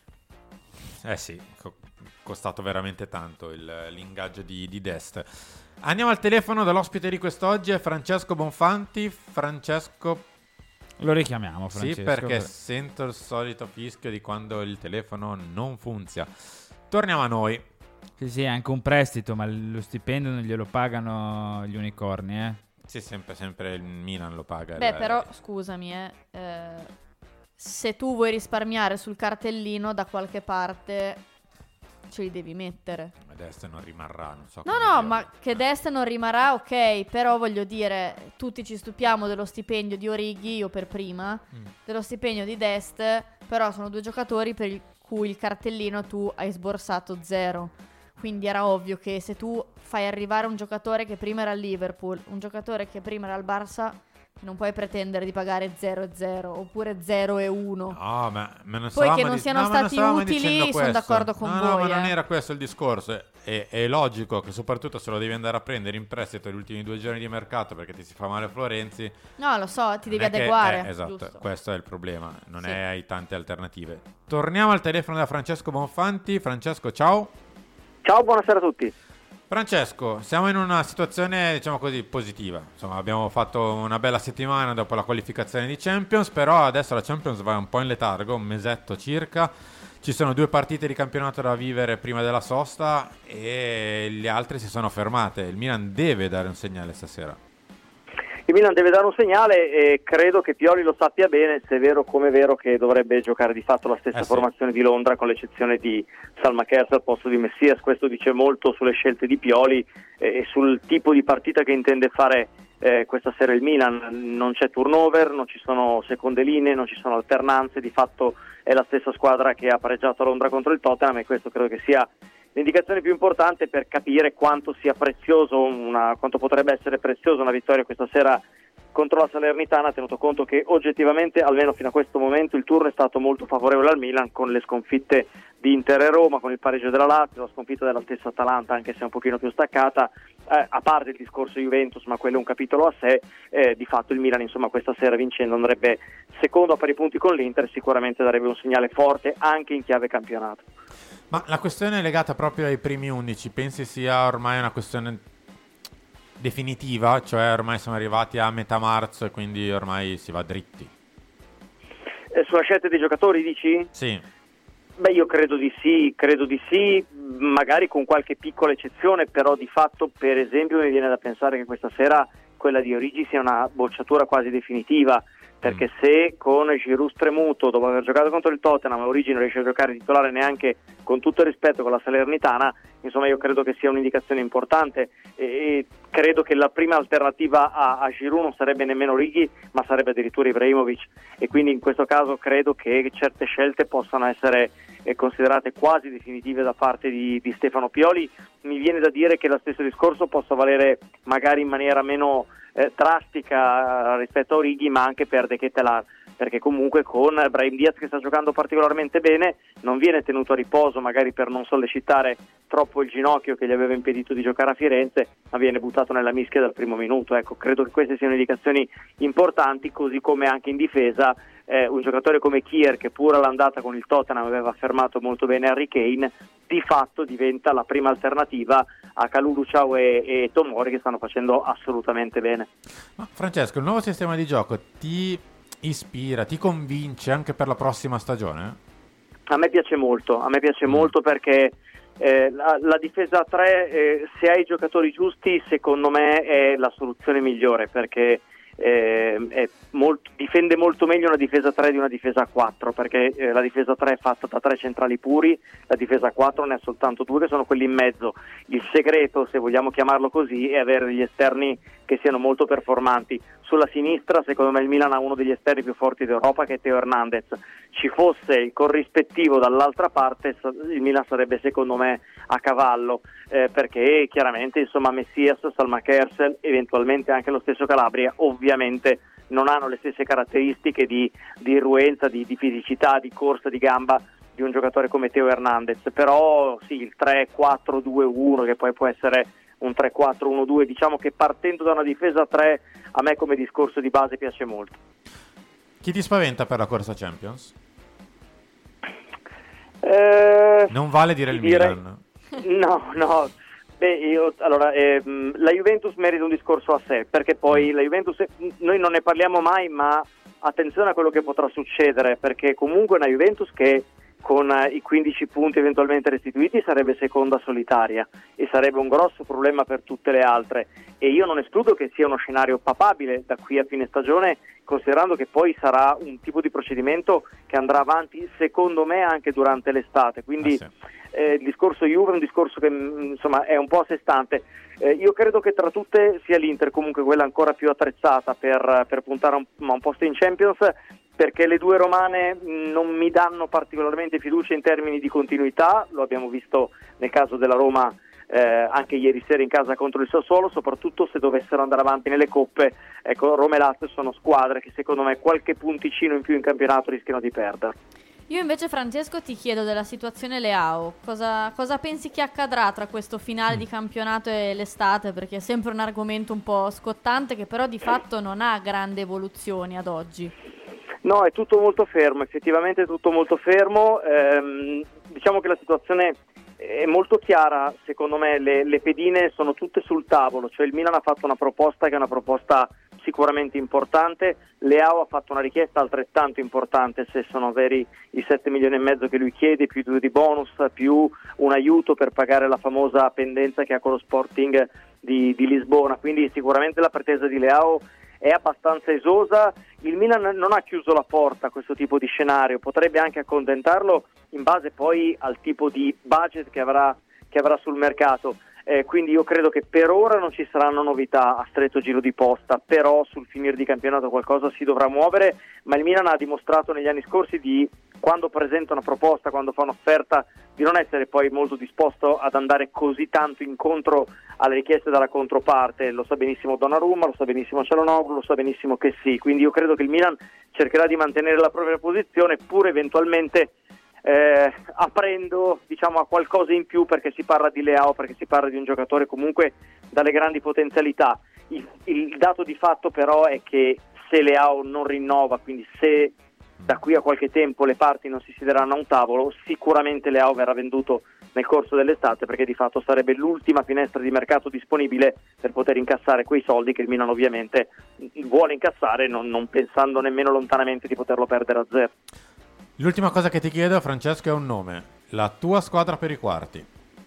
Eh sì, co- costato veramente tanto il- l'ingaggio di, di Dest. Andiamo al telefono dall'ospite di quest'oggi, è Francesco Bonfanti. Francesco, Lo richiamiamo, Francesco. sì, perché per- sento il solito fischio di quando il telefono non funziona. Torniamo a noi. Sì, sì, è anche un prestito, ma lo stipendio non glielo pagano gli unicorni, eh. Sì, sempre, sempre il Milan lo paga. Beh, il- però, scusami, eh, eh, se tu vuoi risparmiare sul cartellino da qualche parte ce li devi mettere. Dest non rimarrà, non so No, come no, dire. ma che Dest non rimarrà, ok, però voglio dire, tutti ci stupiamo dello stipendio di Orighi, io per prima, Mm. dello stipendio di Dest, però sono due giocatori per il cui il cartellino tu hai sborsato zero. Quindi era ovvio che se tu fai arrivare un giocatore che prima era al Liverpool, un giocatore che prima era al Barça, non puoi pretendere di pagare zero e zero oppure zero e uno. No, ma, ma non Poi stavamo che non di- siano no, ma non stati stavamo utili, dicendo sono questo. d'accordo con no, voi, No, ma non eh. era questo il discorso. È, è- è logico che soprattutto se lo devi andare a prendere in prestito gli ultimi due giorni di mercato perché ti si fa male Florenzi. No, lo so, ti non devi è che- adeguare. eh, esatto, giusto. questo è il problema. Non Sì. è hai tante alternative. Torniamo al telefono da Francesco Bonfanti. Francesco, ciao. Ciao, buonasera a tutti. Francesco, siamo in una situazione, diciamo così, positiva. Insomma, abbiamo fatto una bella settimana dopo la qualificazione di Champions, però adesso la Champions va un po' in letargo, un mesetto circa. Ci sono due partite di campionato da vivere prima della sosta e le altre si sono fermate. Il Milan deve dare un segnale stasera. Il Milan deve dare un segnale e credo che Pioli lo sappia bene, se è vero come è vero che dovrebbe giocare di fatto la stessa Eh sì. formazione di Londra con l'eccezione di Salmakers al posto di Messias. Questo dice molto sulle scelte di Pioli eh, e sul tipo di partita che intende fare eh, questa sera il Milan. Non c'è turnover, non ci sono seconde linee, non ci sono alternanze, di fatto è la stessa squadra che ha pareggiato a Londra contro il Tottenham e questo credo che sia l'indicazione più importante per capire quanto sia prezioso una, quanto potrebbe essere preziosa una vittoria questa sera contro la Salernitana, tenuto conto che oggettivamente, almeno fino a questo momento, il turno è stato molto favorevole al Milan con le sconfitte di Inter e Roma, con il pareggio della Lazio, la sconfitta della stessa Atalanta, anche se un pochino più staccata, eh, a parte il discorso Juventus, ma quello è un capitolo a sé. Eh, di fatto il Milan, insomma, questa sera vincendo andrebbe secondo a pari punti con l'Inter, sicuramente darebbe un segnale forte anche in chiave campionato. Ma la questione è legata proprio ai primi undici. Pensi sia ormai una questione definitiva? Cioè ormai siamo arrivati a metà marzo e quindi ormai si va dritti? Eh, sulla scelta dei giocatori dici? Sì. Beh, io credo di sì, credo di sì, magari con qualche piccola eccezione, però di fatto, per esempio, mi viene da pensare che questa sera quella di Origi sia una bocciatura quasi definitiva, perché se con Giroud spremuto, dopo aver giocato contro il Tottenham, Origi non riesce a giocare titolare neanche, con tutto il rispetto, con la Salernitana, insomma io credo che sia un'indicazione importante e, e credo che la prima alternativa a, a Giroud non sarebbe nemmeno Origi, ma sarebbe addirittura Ibrahimovic, e quindi in questo caso credo che certe scelte possano essere eh, considerate quasi definitive da parte di, di Stefano Pioli. Mi viene da dire che lo stesso discorso possa valere magari in maniera meno Eh, drastica rispetto a Origi, ma anche per De Ketelaere, perché comunque con Brahim Diaz, che sta giocando particolarmente bene, non viene tenuto a riposo magari per non sollecitare troppo il ginocchio che gli aveva impedito di giocare a Firenze, ma viene buttato nella mischia dal primo minuto. Ecco, credo che queste siano indicazioni importanti, così come anche in difesa eh, un giocatore come Kier, che pure all'andata con il Tottenham aveva fermato molto bene Harry Kane, di fatto diventa la prima alternativa a Kalulu Ciao e, e Tomori, che stanno facendo assolutamente bene. Ma Francesco, il nuovo sistema di gioco ti ispira, ti convince anche per la prossima stagione? A me piace molto, a me piace molto perché eh, la, la difesa a tre, eh, se hai i giocatori giusti, secondo me è la soluzione migliore, perché eh, è molto, difende molto meglio una difesa a tre di una difesa a quattro, perché eh, la difesa a tre è fatta da tre centrali puri, la difesa a quattro ne ha soltanto due che sono quelli in mezzo. Il segreto, se vogliamo chiamarlo così, è avere degli esterni che siano molto performanti. Sulla sinistra secondo me il Milan ha uno degli esterni più forti d'Europa, che è Teo Hernandez. Ci fosse il corrispettivo dall'altra parte, il Milan sarebbe secondo me a cavallo, eh, perché chiaramente insomma Messias, Salma Kersel, eventualmente anche lo stesso Calabria ovviamente non hanno le stesse caratteristiche di, di irruenza, di, di fisicità, di corsa, di gamba di un giocatore come Teo Hernandez. Però sì, il tre quattro due uno, che poi può essere un tre quattro uno due, diciamo che partendo da una difesa a tre a me come discorso di base piace molto. Chi ti spaventa per la corsa Champions? Eh, non vale dire il direi... Milan. No, no. Beh, io, allora, ehm, la Juventus merita un discorso a sé, perché poi la Juventus, noi non ne parliamo mai, ma attenzione a quello che potrà succedere, perché comunque una Juventus che con eh, i quindici punti eventualmente restituiti sarebbe seconda solitaria e sarebbe un grosso problema per tutte le altre, e io non escludo che sia uno scenario papabile da qui a fine stagione, considerando che poi sarà un tipo di procedimento che andrà avanti secondo me anche durante l'estate, quindi ah, sì. eh, il discorso Juve è un discorso che insomma è un po' a sé stante. Eh, io credo che tra tutte sia l'Inter comunque quella ancora più attrezzata per, per puntare a un, a un posto in Champions, perché le due romane non mi danno particolarmente fiducia in termini di continuità, lo abbiamo visto nel caso della Roma eh, anche ieri sera in casa contro il Sassuolo, soprattutto se dovessero andare avanti nelle coppe. Ecco, Roma e Lazio sono squadre che secondo me qualche punticino in più in campionato rischiano di perdere. Io invece, Francesco, ti chiedo della situazione Leao, cosa, cosa pensi che accadrà tra questo finale di campionato e l'estate, perché è sempre un argomento un po' scottante che però di fatto non ha grandi evoluzioni ad oggi. No, è tutto molto fermo, effettivamente è tutto molto fermo, ehm, diciamo che la situazione è molto chiara, secondo me le, le pedine sono tutte sul tavolo, cioè il Milan ha fatto una proposta che è una proposta sicuramente importante, Leao ha fatto una richiesta altrettanto importante, se sono veri i sette milioni e mezzo che lui chiede, più due di bonus, più un aiuto per pagare la famosa pendenza che ha con lo Sporting di, di Lisbona, quindi sicuramente la pretesa di Leao è abbastanza esosa. Il Milan non ha chiuso la porta a questo tipo di scenario, potrebbe anche accontentarlo in base poi al tipo di budget che avrà, che avrà sul mercato, eh, quindi io credo che per ora non ci saranno novità a stretto giro di posta, però sul finire di campionato qualcosa si dovrà muovere, ma il Milan ha dimostrato negli anni scorsi di, quando presenta una proposta, quando fa un'offerta, di non essere poi molto disposto ad andare così tanto incontro alle richieste dalla controparte. Lo sa benissimo Donnarumma, lo sa benissimo Çalhanoğlu, lo sa benissimo che sì, quindi io credo che il Milan cercherà di mantenere la propria posizione, pur eventualmente eh, aprendo diciamo a qualcosa in più, perché si parla di Leao, perché si parla di un giocatore comunque dalle grandi potenzialità. Il, il dato di fatto però è che se Leao non rinnova, quindi se da qui a qualche tempo le parti non si siederanno a un tavolo, sicuramente Leao verrà venduto nel corso dell'estate, perché di fatto sarebbe l'ultima finestra di mercato disponibile per poter incassare quei soldi che il Milan ovviamente vuole incassare, non, non pensando nemmeno lontanamente di poterlo perdere a zero. L'ultima cosa che ti chiedo, Francesco, è un nome. La tua squadra per i quarti.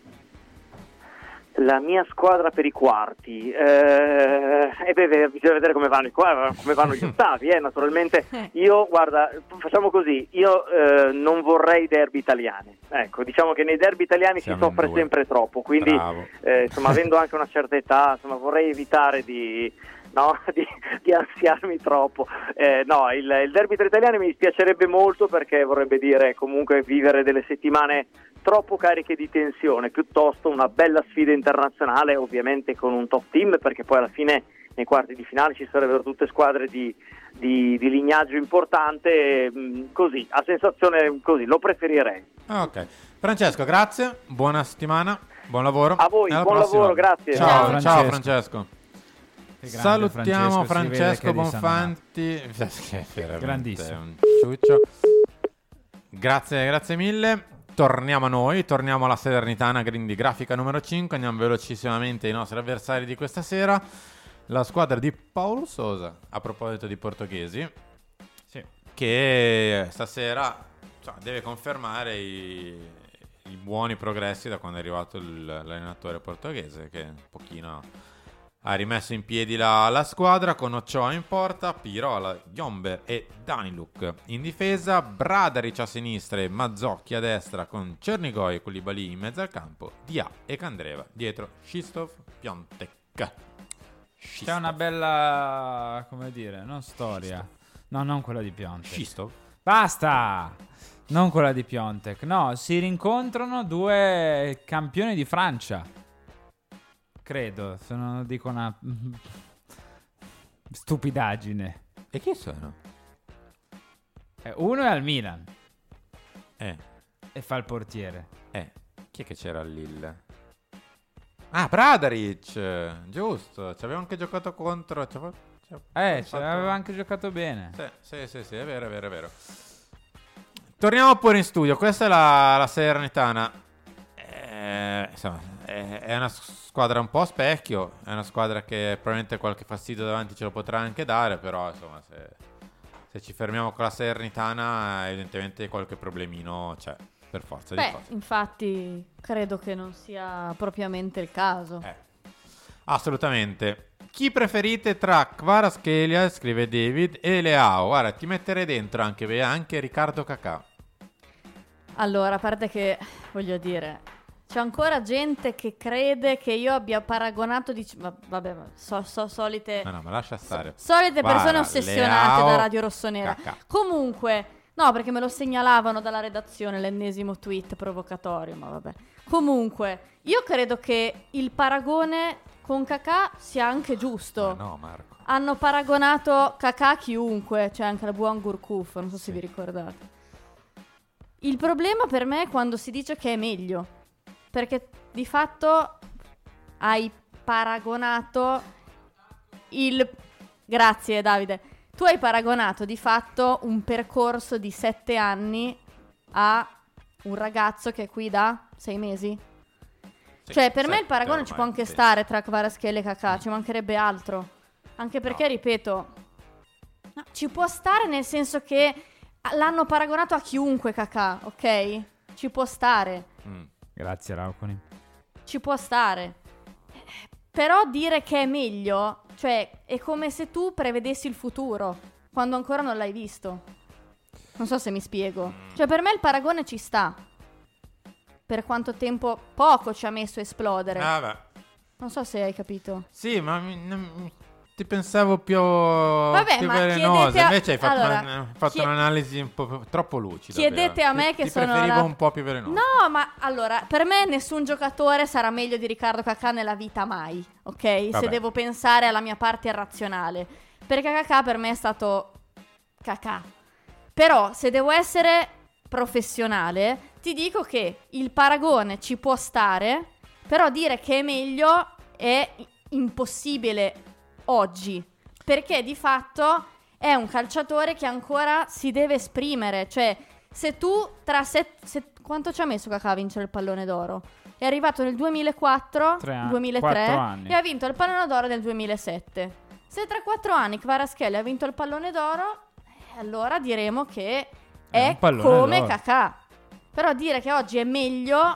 La mia squadra per i quarti, eh, eh beh, bisogna vedere come vanno, i, come vanno gli ottavi, eh, naturalmente. Io, guarda, facciamo così, io eh, non vorrei derby italiani, ecco, diciamo che nei derby italiani Siamo si soffre sempre troppo, quindi eh, insomma, avendo anche una certa età, insomma, vorrei evitare di, no, di, di ansiarmi troppo. Eh, no, il, il derby tra italiani mi dispiacerebbe molto, perché vorrebbe dire comunque vivere delle settimane troppo cariche di tensione, piuttosto una bella sfida internazionale, ovviamente con un top team, perché poi alla fine nei quarti di finale ci sarebbero tutte squadre di, di, di lignaggio importante, così, a sensazione così, lo preferirei. Ok, Francesco, grazie, buona settimana, buon lavoro. A voi, buon prossima. lavoro, grazie. Ciao, ciao Francesco. Ciao Francesco. Salutiamo Francesco, Francesco Bonfanti, grandissimo, un ciuccio. Grazie, grazie mille. Torniamo a noi, torniamo alla Salernitana, quindi grafica numero cinque, andiamo velocissimamente ai nostri avversari di questa sera. La squadra di Paulo Sousa, a proposito di portoghesi, sì, che stasera cioè, deve confermare i, i buoni progressi da quando è arrivato il, l'allenatore portoghese, che un pochino ha rimesso in piedi la, la squadra, con Ochoa in porta, Pirola, Jomber e Daniluk in difesa, Bradaric a sinistra e Mazzocchi a destra, con Cernigoj e Koulibaly in mezzo al campo, Dia e Candreva dietro Krzysztof Piątek. C'è una bella, come dire, non storia. No, non quella di Piontek. Shistov? Basta! Non quella di Piontek. No, si rincontrano due campioni di Francia. Credo, se non dico una stupidaggine. E chi sono? Eh, uno è al Milan Eh, e fa il portiere. eh, chi è che c'era al Lille? Ah, Bradaric, giusto, ci aveva anche giocato contro. Ci aveva, ci aveva Eh, fatto- aveva anche giocato bene. Sì, sì, sì, sì, è vero, è vero, è vero. Torniamo pure in studio, questa è la, la Salernitana. Eh, insomma, è, è una squadra un po' a specchio, è una squadra che probabilmente qualche fastidio davanti ce lo potrà anche dare, però insomma, se, se ci fermiamo con la Salernitana, evidentemente qualche problemino c'è, per forza di Beh, cose. infatti credo che non sia propriamente il caso. Eh, assolutamente. Chi preferite tra Kvaratskhelia, scrive David, e Leao? Guarda, ti metterei dentro anche, beh, anche Riccardo Kakà. Allora, a parte che, voglio dire, c'è ancora gente che crede che io abbia paragonato, dic- va- vabbè, ma so, so- solite, No, no, ma lascia stare. solite Guarda, persone ossessionate Leao, da Radio Rossonera. Kakà. Comunque, no, perché me lo segnalavano dalla redazione, l'ennesimo tweet provocatorio, ma vabbè. Comunque, io credo che il paragone con Kakà sia anche giusto. Ma no, Marco. Hanno paragonato Kakà a chiunque, cioè anche la buon Gurkuf, non so se Sì. vi ricordate. Il problema per me è quando si dice che è meglio, perché di fatto hai paragonato il... Grazie Davide. Tu hai paragonato di fatto un percorso di sette anni a un ragazzo che è qui da sei mesi. Sì, Cioè, per me sette il paragone ci ormai, può anche sì. stare tra Kvaratskhelia e Kakà, ci mancherebbe altro. Anche perché, No. ripeto, no, ci può stare nel senso che l'hanno paragonato a chiunque Kakà, ok? Ci può stare, Mm. Grazie, Rauconi. ci può stare. Però dire che è meglio, cioè, è come se tu prevedessi il futuro, quando ancora non l'hai visto. Non so se mi spiego. Cioè, per me il paragone ci sta. Per quanto tempo poco ci ha messo a esplodere. Ah, beh. Non so se hai capito. Sì, ma mi- non- ti pensavo più, Vabbè, più ma velenosa. chiedete a- Invece hai fatto, allora, una, hai fatto chie- un'analisi un po' troppo lucida. Chiedete Bea. a me Ti- che ti sono preferivo la- un po' più velenosa. No, ma allora, per me nessun giocatore sarà meglio di Riccardo Kakà nella vita mai, ok? Se Vabbè. devo pensare alla mia parte irrazionale. Perché Kakà per me è stato Kakà. Però, se devo essere professionale, ti dico che il paragone ci può stare, però dire che è meglio è i- impossibile oggi. Perché di fatto è un calciatore che ancora si deve esprimere. Cioè, se tu tra set, set- quanto ci ha messo Kakà a vincere il pallone d'oro? È arrivato nel duemilaquattro, Tre anni, duemilatré quattro anni. e ha vinto il pallone d'oro nel duemilasette. Se tra quattro anni Kvaratskhelia ha vinto il pallone d'oro, eh, allora diremo che È è un pallone come d'oro. Kakà. Però dire che oggi è meglio,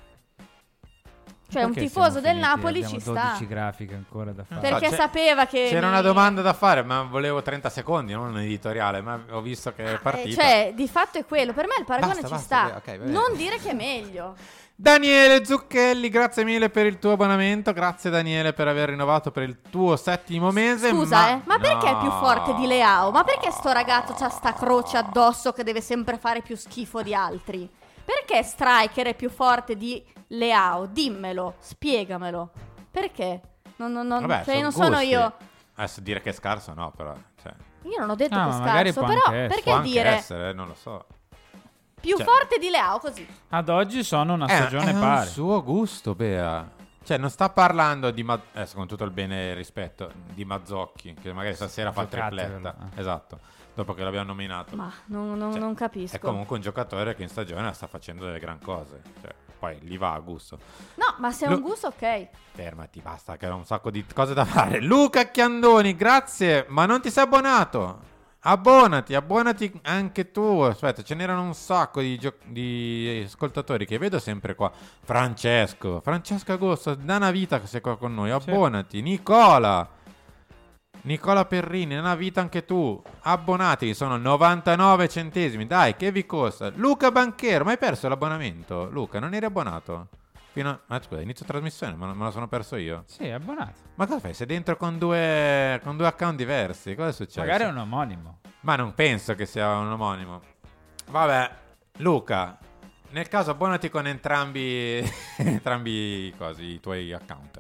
cioè un Perché tifoso siamo del finiti? Napoli Abbiamo ci sta. dodici grafiche ancora da fare. Perché So, c'è- sapeva che C'era mi- una domanda da fare, ma volevo trenta secondi, non un editoriale, ma ho visto che è Eh, partita. cioè, di fatto è quello. Per me il paragone Basta, ci basta, sta. ok, va bene. Non dire che è meglio. Daniele Zucchelli, grazie mille per il tuo abbonamento. Grazie Daniele per aver rinnovato per il tuo settimo mese. Scusa, ma... eh, ma perché è più No. forte di Leao? Ma perché sto ragazzo c'ha sta croce addosso che deve sempre fare più schifo di altri? Perché Striker è più forte di Leao? Dimmelo, spiegamelo. Perché? Non, non, non, Vabbè, cioè, son non sono gusti. io. Adesso dire che è scarso no, però cioè, Io non ho detto Ah, che ma è magari scarso, può però anche essere. perché può anche dire essere, non lo so. più cioè- forte di Leao così? Ad oggi sono una È, stagione è un pari. suo gusto, Bea. Cioè, non sta parlando di Ma- adesso con tutto il bene e il rispetto di Mazzocchi, che magari stasera fa Giocatevelo, tripletta. eh. Esatto, dopo che l'abbiamo nominato. Ma non, non- Cioè, non capisco. È comunque un giocatore che in stagione sta facendo delle gran cose. Cioè, poi gli va a gusto. No, ma se è Lu- un gusto, ok. Fermati, basta, che ho un sacco di cose da fare. Luca Chiandoni, grazie, ma non ti sei abbonato? Abbonati, abbonati anche tu. Aspetta, ce n'erano un sacco di, gio- di ascoltatori che vedo sempre qua. Francesco, Francesco Agosto, da una vita che sei qua con noi. Abbonati. Nicola, Nicola Perrini, da una vita anche tu. Abbonati, sono novantanove centesimi. Dai, che vi costa? Luca Banchero, ma hai perso l'abbonamento? Luca, non eri abbonato? Fino a... ah, scusa, inizio trasmissione, ma me lo sono perso io. Sì, è abbonato. Ma cosa fai? Sei dentro con due, con due account diversi? Cosa è successo? Magari è un omonimo. Ma non penso che sia un omonimo. Vabbè, Luca, nel caso abbonati con entrambi entrambi i cosi, i tuoi account.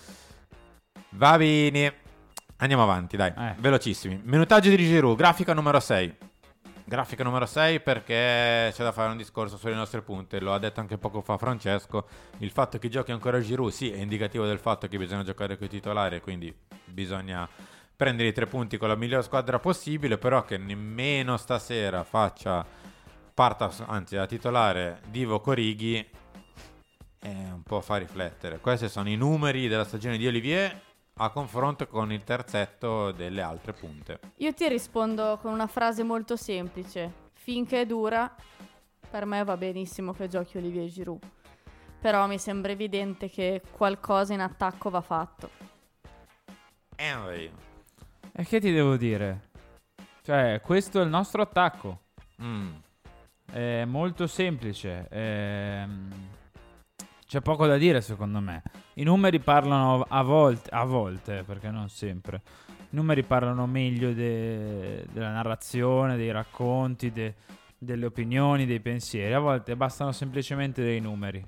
Va bene. Andiamo avanti, dai, Eh. velocissimi. Minutaggio di Giroud, grafica numero sei. Grafica numero sei perché c'è da fare un discorso sulle nostre punte. Lo ha detto anche poco fa Francesco. Il fatto che giochi ancora Giroud, sì, è indicativo del fatto che bisogna giocare con i titolari, quindi bisogna prendere i tre punti con la migliore squadra possibile. Però che nemmeno stasera faccia parta, anzi, da titolare Divock Origi è un po' fa riflettere. Questi sono i numeri della stagione di Olivier a confronto con il terzetto delle altre punte. Io ti rispondo con una frase molto semplice. Finché dura, per me va benissimo che giochi Olivier Giroud. Però mi sembra evidente che qualcosa in attacco va fatto. Henry. E che ti devo dire? Cioè, questo è il nostro attacco. Mm. È molto semplice. Ehm, C'è poco da dire, secondo me. I numeri parlano a volte, a volte, perché non sempre. I numeri parlano meglio de- della narrazione, dei racconti, de- delle opinioni, dei pensieri. A volte bastano semplicemente dei numeri.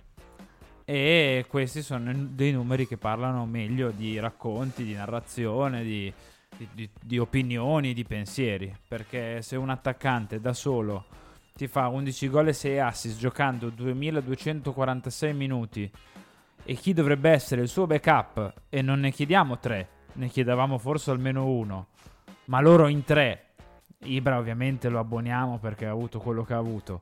E questi sono dei numeri che parlano meglio di racconti, di narrazione, di, di, di, di opinioni, di pensieri. Perché se un attaccante da solo ti fa undici gol e sei assist giocando duemiladuecentoquarantasei minuti, e chi dovrebbe essere il suo backup, e non ne chiediamo tre, ne chiedevamo forse almeno uno, ma loro in tre, Ibra ovviamente lo abboniamo perché ha avuto quello che ha avuto,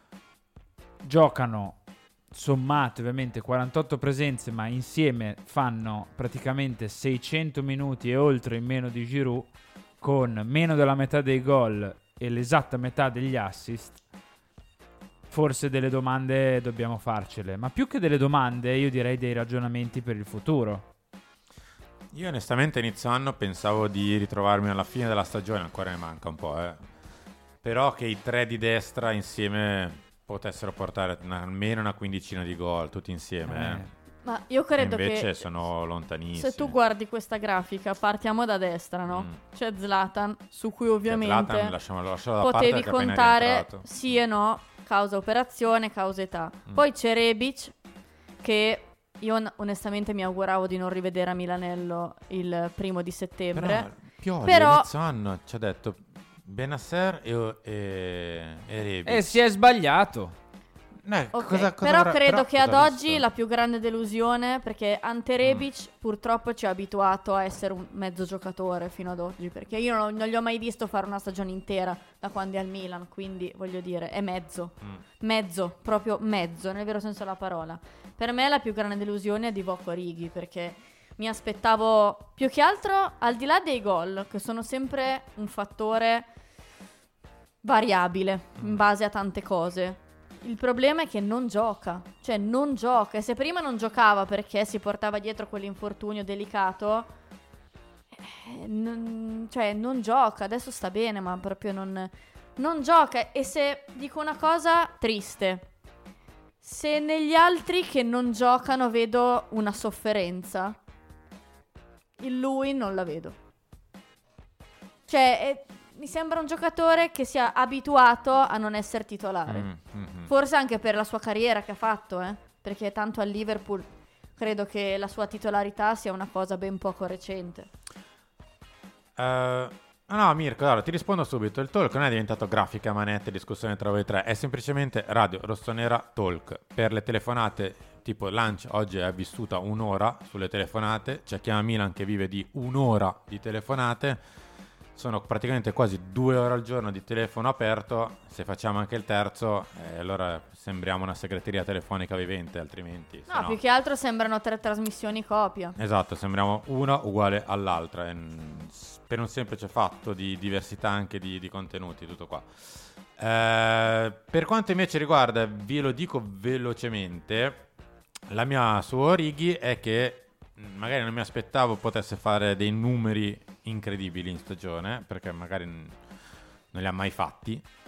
giocano sommate ovviamente quarantotto presenze, ma insieme fanno praticamente seicento minuti e oltre in meno di Giroud, con meno della metà dei gol e l'esatta metà degli assist. Forse delle domande dobbiamo farcele, ma più che delle domande io direi dei ragionamenti per il futuro. Io onestamente inizio anno pensavo di ritrovarmi alla fine della stagione, ancora ne manca un po', eh. Però che i tre di destra insieme potessero portare almeno una quindicina di gol, tutti insieme. Eh. Ma io credo e invece che sono lontanissimi. se tu guardi questa grafica, partiamo da destra, no? Mm. C'è Zlatan, su cui ovviamente Zlatan, lasciamolo, lascialo da potevi parte perché appena contare rientrato. sì e no, causa operazione, causa età. Mm. Poi c'è Rebic, che io on- onestamente mi auguravo di non rivedere a Milanello il primo di settembre. Però Pioli Però- inizio anno ci ha detto Benasser e, e, e Rebic. E si è sbagliato. Eh, Ok, cosa- cosa però avrà- credo però che cosa ad ha oggi visto? la più grande delusione, perché Ante Rebic purtroppo ci ha abituato a essere un mezzo giocatore fino ad oggi, perché io non, non gli ho mai visto fare una stagione intera da quando è al Milan, quindi voglio dire, è mezzo, Mm. mezzo, proprio mezzo, nel vero senso della parola. Per me la più grande delusione è di Divock Origi, perché mi aspettavo più che altro, al di là dei gol, che sono sempre un fattore variabile in base a tante cose. Il problema è che non gioca, cioè non gioca. E se prima non giocava perché si portava dietro quell'infortunio delicato, eh, non, cioè non gioca. Adesso sta bene, ma proprio non, non gioca. E se dico una cosa triste, se negli altri che non giocano vedo una sofferenza, in lui non la vedo. Cioè è- mi sembra un giocatore che sia abituato a non essere titolare. Mm, mm, mm. Forse anche per la sua carriera che ha fatto, eh? Perché tanto al Liverpool credo che la sua titolarità sia una cosa ben poco recente. Eh, no, Mirko, allora, ti rispondo subito. Il talk non è diventato grafica, manette, discussione tra voi tre. È semplicemente Radio Rossonera Talk. Per le telefonate, tipo Lunch oggi è vissuta un'ora sulle telefonate. C'è chi ama Milan che vive di un'ora di telefonate. Sono praticamente quasi due ore al giorno di telefono aperto. Se facciamo anche il terzo, eh, allora sembriamo una segreteria telefonica vivente, altrimenti... se No, più che altro sembrano tre trasmissioni copia. Esatto, sembriamo una uguale all'altra, è un- per un semplice fatto di diversità anche di, di contenuti, tutto qua. Eh, per quanto invece riguarda, ve lo dico velocemente, la mia su Origi è che mh, magari non mi aspettavo potesse fare dei numeri incredibili in stagione, perché magari n- non li ha mai fatti,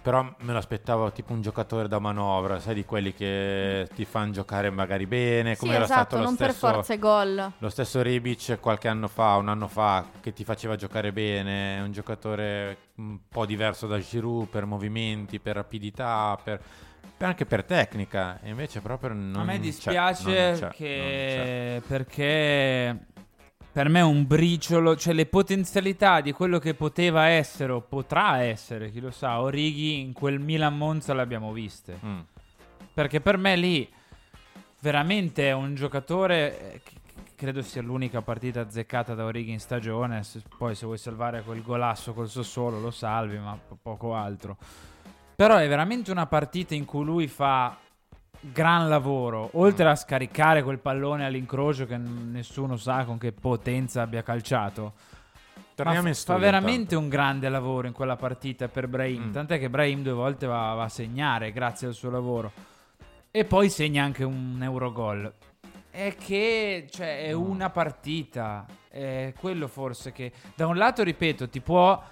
Però me lo aspettavo tipo un giocatore da manovra, sai, di quelli che ti fanno giocare magari bene, come sì, era esatto, stato lo non stesso, per forza gol. lo stesso Rebic qualche anno fa, un anno fa, che ti faceva giocare bene, un giocatore un po' diverso da Giroud per movimenti, per rapidità, per, per anche per tecnica, e invece proprio non A me c'è, dispiace non c'è, che perché per me è un briciolo, cioè le potenzialità di quello che poteva essere o potrà essere, chi lo sa, Origi in quel Milan Monza le abbiamo viste. Mm. Perché per me lì veramente è un giocatore che credo sia l'unica partita azzeccata da Origi in stagione. Se, poi se vuoi salvare quel golasso col Sassuolo lo salvi, ma po- poco altro. Però è veramente una partita in cui lui fa gran lavoro, oltre a scaricare quel pallone all'incrocio che n- nessuno sa con che potenza abbia calciato. Torniamo Ma in fa, studio, fa veramente intanto. un grande lavoro in quella partita per Brahim, Mm. tant'è che Brahim due volte va, va a segnare grazie al suo lavoro e poi segna anche un Eurogol. È che cioè, è una partita, è quello forse che da un lato, ripeto, ti può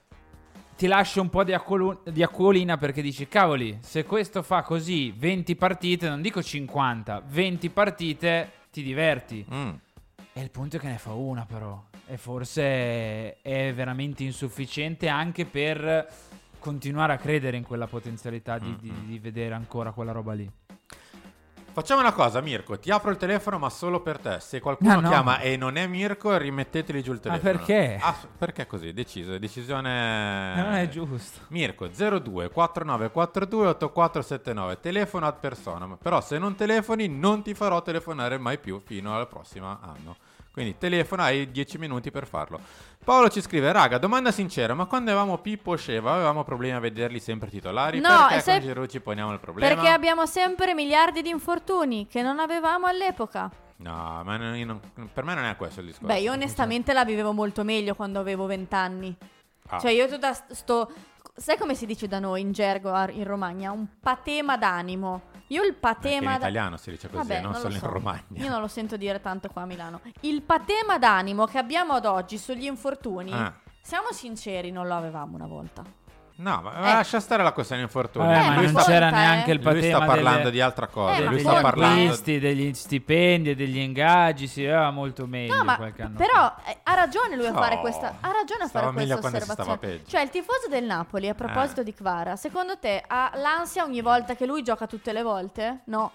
ti lascia un po' di, acquolu- di acquolina, perché dici cavoli, se questo fa così venti partite, non dico cinquanta, venti partite ti diverti. Mm. E il punto è che ne fa una però, e forse è veramente insufficiente anche per continuare a credere in quella potenzialità di, di, di vedere ancora quella roba lì. Facciamo una cosa, Mirko, ti apro il telefono ma solo per te. Se qualcuno No, no. chiama e non è Mirko, rimetteteli giù il Ma telefono. perché? Ah, perché così? Deciso, decisione... Non è giusto. Mirko zero due quattro nove quattro due otto quattro sette nove, telefono ad personam. Però se non telefoni non ti farò telefonare mai più fino al prossimo anno. Quindi telefona, hai dieci minuti per farlo. Paolo ci scrive: raga, domanda sincera, ma quando avevamo Pippo o Sheva avevamo problemi a vederli sempre titolari? No, perché e sai- con Giroud ci poniamo il problema? Perché abbiamo sempre miliardi di infortuni che non avevamo all'epoca. No, ma non- io non- per me non è questo il discorso. Beh, io onestamente la vivevo molto meglio quando avevo vent'anni. Ah. Cioè io tutta st- sto... Sai come si dice da noi in gergo a- in Romagna? Un patema d'animo. Io il Anche in patema... da- italiano si dice così, Vabbè, non, lo solo so. in Romagna. Io non lo sento dire tanto qua a Milano. Il patema d'animo che abbiamo ad oggi sugli infortuni, Ah. siamo sinceri, non lo avevamo una volta. No, ma Eh. lascia stare la questione infortuni. Vabbè, Eh, ma ma non conta, c'era eh. neanche il Lui patema sta parlando delle- di altra cosa. Eh, ma Lui degli sta conta, parlando acquisti, degli stipendi e degli ingaggi, si aveva molto meglio No, ma qualche anno però fa. eh, ha ragione lui a No, fare questa ha ragione a stava fare meglio questa quando si stava osservazione. peggio. Cioè il tifoso del Napoli, a proposito Eh. di Kvara, secondo te ha l'ansia ogni volta che lui gioca tutte le volte? No.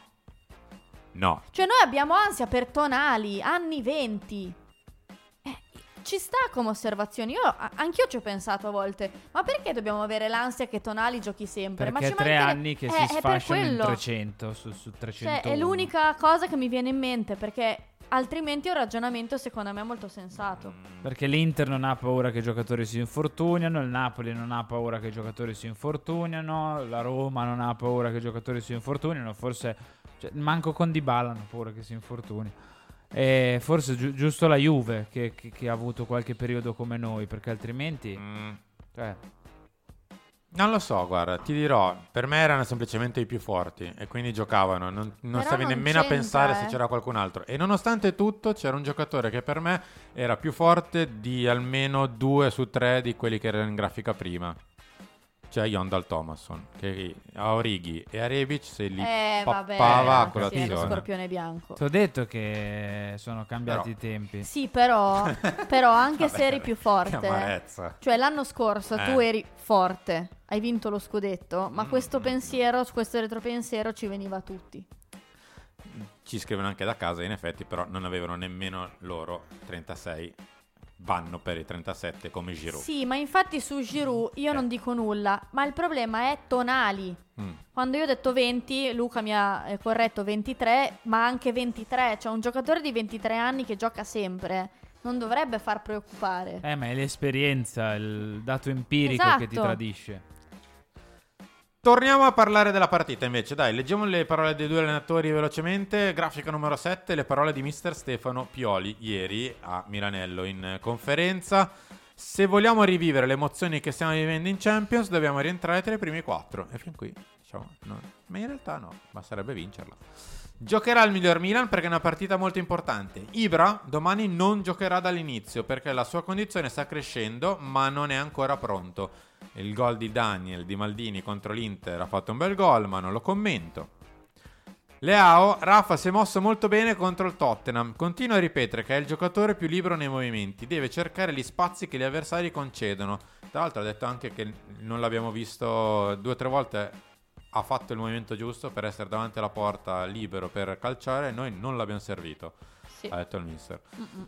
No. Cioè noi abbiamo ansia per Tonali, anni venti. Eh, ci sta come osservazione. Io a- anch'io ci ho pensato a volte. Ma perché dobbiamo avere l'ansia che Tonali giochi sempre? Ma Perché ci tre mancherebbe- anni che Eh, si è per sfasciano in quello. trecento su, su Cioè trecento. è l'unica cosa che mi viene in mente, perché altrimenti è un ragionamento secondo me molto sensato. Perché l'Inter non ha paura che i giocatori si infortuniano, il Napoli non ha paura che i giocatori si infortuniano, la Roma non ha paura che i giocatori si infortuniano, forse cioè, manco con Dybala hanno paura che si infortuni. E forse giu- giusto la Juve che, che- che ha avuto qualche periodo come noi, perché altrimenti Mm, cioè, non lo so, guarda, ti dirò, per me erano semplicemente i più forti e quindi giocavano, non, non Però stavi non nemmeno a c'entra, pensare eh. se c'era qualcun altro. E nonostante tutto c'era un giocatore che per me era più forte di almeno due su tre di quelli che erano in grafica prima. Cioè Yondal Thomasson, che a Origi e a Rebic se li Eh vabbè, pappava a sì, è lo colazione. scorpione bianco. ti ho detto che sono cambiati Però- i tempi. Sì, però, però anche Vabbè, se eri più che forte, amarezza. cioè l'anno scorso tu Eh. eri forte, hai vinto lo scudetto, ma Mm, questo mm, pensiero, questo retropensiero ci veniva a tutti. Ci scrivono anche da casa, in effetti, però non avevano nemmeno loro trentasei. Vanno per i trentasette come Giroud. Sì, ma infatti su Giroud io Eh. non dico nulla, ma il problema è Tonali. Mm. Quando io ho detto venti, Luca mi ha eh, corretto ventitré, ma anche ventitré, cioè un giocatore di ventitré anni che gioca sempre non dovrebbe far preoccupare. Eh, ma è l'esperienza, il dato empirico Esatto. che ti tradisce. Torniamo a parlare della partita invece, dai, leggiamo le parole dei due allenatori velocemente. Grafica numero sette, le parole di mister Stefano Pioli ieri a Milanello in conferenza. Se vogliamo rivivere le emozioni che stiamo vivendo in Champions dobbiamo rientrare tra i primi quattro. E fin qui, diciamo, no. Ma in realtà no, basterebbe vincerla. Giocherà il miglior Milan perché è una partita molto importante. Ibra domani non giocherà dall'inizio perché la sua condizione sta crescendo ma non è ancora pronto. Il gol di Daniel Di Maldini contro l'Inter ha fatto un bel gol ma non lo commento. Leao, Rafa si è mosso molto bene contro il Tottenham. Continua a ripetere che è il giocatore più libero nei movimenti. Deve cercare gli spazi che gli avversari concedono. Tra l'altro ha detto anche che non l'abbiamo visto due o tre volte. Ha fatto il movimento giusto per essere davanti alla porta libero per calciare. Noi non l'abbiamo servito. Sì. Ha detto il mister.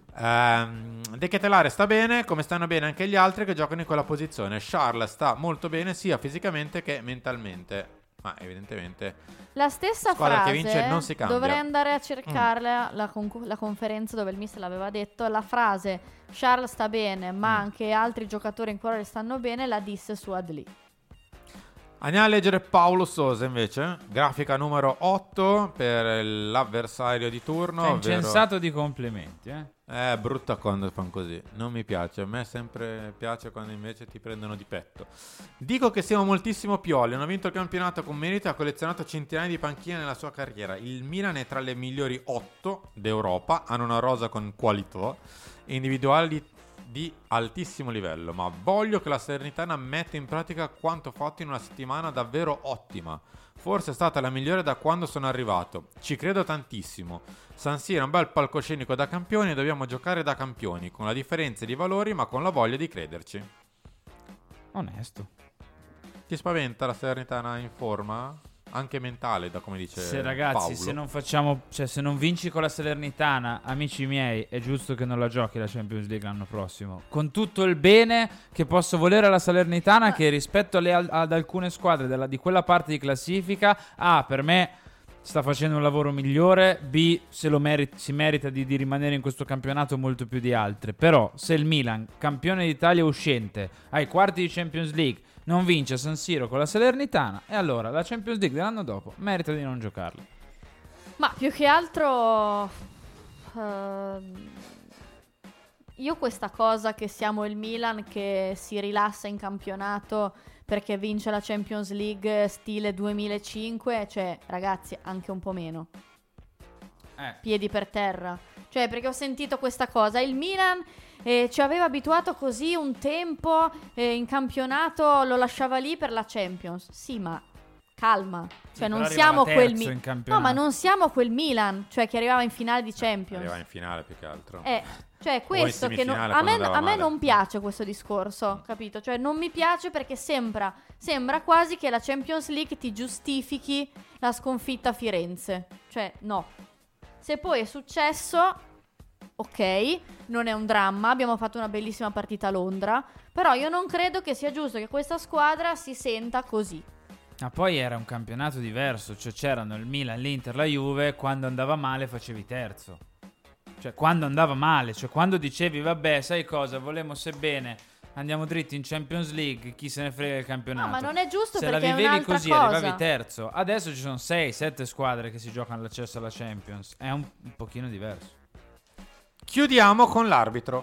ehm, De Ketelare sta bene, come stanno bene anche gli altri che giocano in quella posizione. Charles sta molto bene sia fisicamente che mentalmente. Ma evidentemente la stessa squadra frase che vince non si cambia. Dovrei andare a cercarla mm. la, con- la conferenza dove il mister l'aveva detto. La frase Charles sta bene ma mm. anche altri giocatori ancora stanno bene la disse su Adli. Andiamo a leggere Paulo Sosa invece. Grafica numero otto per l'avversario di turno. Sei ovvero... incensato di complimenti, eh? È brutta quando fanno così. Non mi piace. A me sempre piace quando invece ti prendono di petto. Dico che siamo moltissimo pioli. Hanno vinto il campionato con merito e ha collezionato centinaia di panchine nella sua carriera. Il Milan è tra le migliori otto d'Europa. Hanno una rosa con qualità individuali di altissimo livello, ma voglio che la Salernitana metta in pratica quanto fatto in una settimana davvero ottima. Forse è stata la migliore da quando sono arrivato. Ci credo tantissimo. San Siro è un bel palcoscenico da campioni e dobbiamo giocare da campioni, con la differenza di valori ma con la voglia di crederci. Onesto. Ti spaventa la Salernitana in forma? Anche mentale, da come dice se ragazzi Paolo. se non facciamo, cioè se non vinci con la Salernitana, amici miei, è giusto che non la giochi la Champions League l'anno prossimo, con tutto il bene che posso volere alla Salernitana, che rispetto alle, ad alcune squadre della, di quella parte di classifica, A, per me sta facendo un lavoro migliore, B, se lo merita, si merita di, di rimanere in questo campionato molto più di altre. Però se il Milan, campione d'Italia uscente, ai quarti di Champions League, non vince a San Siro con la Salernitana, e allora la Champions League dell'anno dopo merita di non giocarla. Ma più che altro uh, io questa cosa che siamo il Milan che si rilassa in campionato perché vince la Champions League stile duemilacinque, cioè ragazzi anche un po' meno eh. piedi per terra, cioè perché ho sentito questa cosa, il Milan Eh, ci aveva abituato così un tempo, eh, in campionato lo lasciava lì per la Champions. Sì, ma calma, cioè sì, non siamo quel Mi- no, ma non siamo quel Milan, cioè che arrivava in finale di Champions. Arriva in finale più che altro. Eh, cioè questo che non, a me, a me non piace questo discorso, capito? Cioè non mi piace perché sembra sembra quasi che la Champions League ti giustifichi la sconfitta a Firenze. Cioè no. Se poi è successo, ok, non è un dramma, abbiamo fatto una bellissima partita a Londra, però io non credo che sia giusto che questa squadra si senta così. Ma poi era un campionato diverso, cioè c'erano il Milan, l'Inter, la Juve, quando andava male facevi terzo. Cioè quando andava male, cioè quando dicevi vabbè, sai cosa, volemo sebbene andiamo dritti in Champions League, chi se ne frega del campionato. No, ma non è giusto se perché la vivevi è un'altra così, cosa. arrivavi terzo. Adesso ci sono sei sette squadre che si giocano l'accesso alla Champions. È un, un pochino diverso. Chiudiamo con l'arbitro.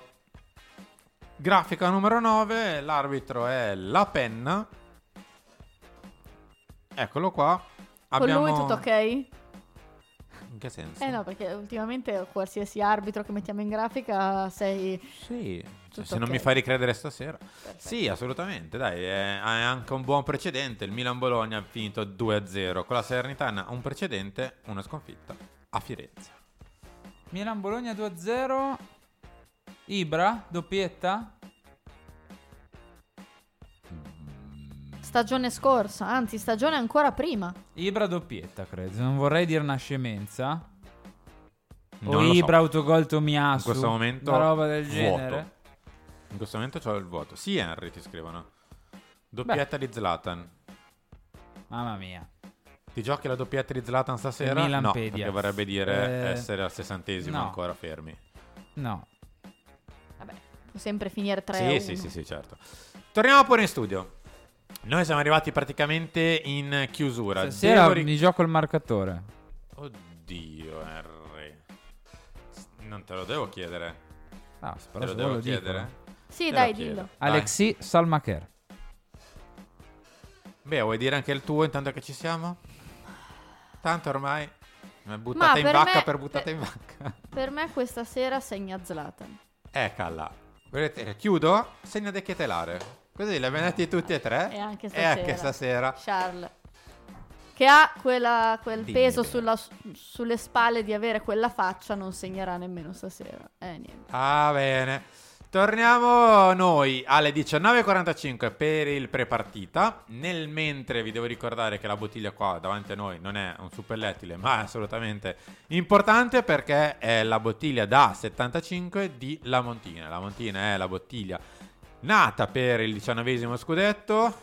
Grafica numero nove, l'arbitro è La Penna. Eccolo qua. Con Abbiamo... lui tutto ok? In che senso? Eh no, perché ultimamente qualsiasi arbitro che mettiamo in grafica sei... Sì, cioè, se okay. non mi fai ricredere stasera. Perfetto. Sì, assolutamente, dai, è, è anche un buon precedente. Il Milan-Bologna ha finito due a zero. Con la Salernitana un precedente, una sconfitta a Firenze. Milan-Bologna due a zero. Ibra, doppietta? Stagione scorsa, anzi stagione ancora prima. Ibra doppietta, credo. Non vorrei dire una scemenza. Non o lo Ibra so. autogol Tomiasu. In questo momento una roba del vuoto. genere. In questo momento c'ho il vuoto. Sì, Henry ti scrivono. Doppietta Beh. di Zlatan. Mamma mia. Ti giochi la doppietta di Zlatan stasera? Milan No, Pedia. perché vorrebbe dire Eh, essere al sessantesimo no. ancora fermi. No. Vabbè, può sempre finire tre a Sì, uno. sì, sì, sì, certo. Torniamo pure in studio. Noi siamo arrivati praticamente in chiusura. Stasera Devo ric- mi gioco il marcatore. Oddio, Henry. Non te lo devo chiedere. Ah, Te però lo se devo vuoi lo dico. chiedere? Sì, Te dai, lo chiedo. dillo. Dai. Alexis Salmacher. Beh, vuoi dire anche il tuo intanto che ci siamo? Tanto ormai Buttata in per vacca me- per buttata per- in vacca. Per me questa sera segna Zlatan. Eccola. Vedete, chiudo, segna De Ketelare. Così li abbiamo detti tutti e tre. E anche E stasera. anche stasera. Charles. Che ha quella, quel Dimmi, peso bene. sulla- sulle spalle di avere quella faccia, non segnerà nemmeno stasera. Eh, niente. Ah, bene. Torniamo noi alle diciannove e quarantacinque per il prepartita. Nel mentre vi devo ricordare che la bottiglia qua davanti a noi non è un suppellettile, ma è assolutamente importante perché è la bottiglia da settantacinque di La Montina. La Montina è la bottiglia nata per il diciannovesimo scudetto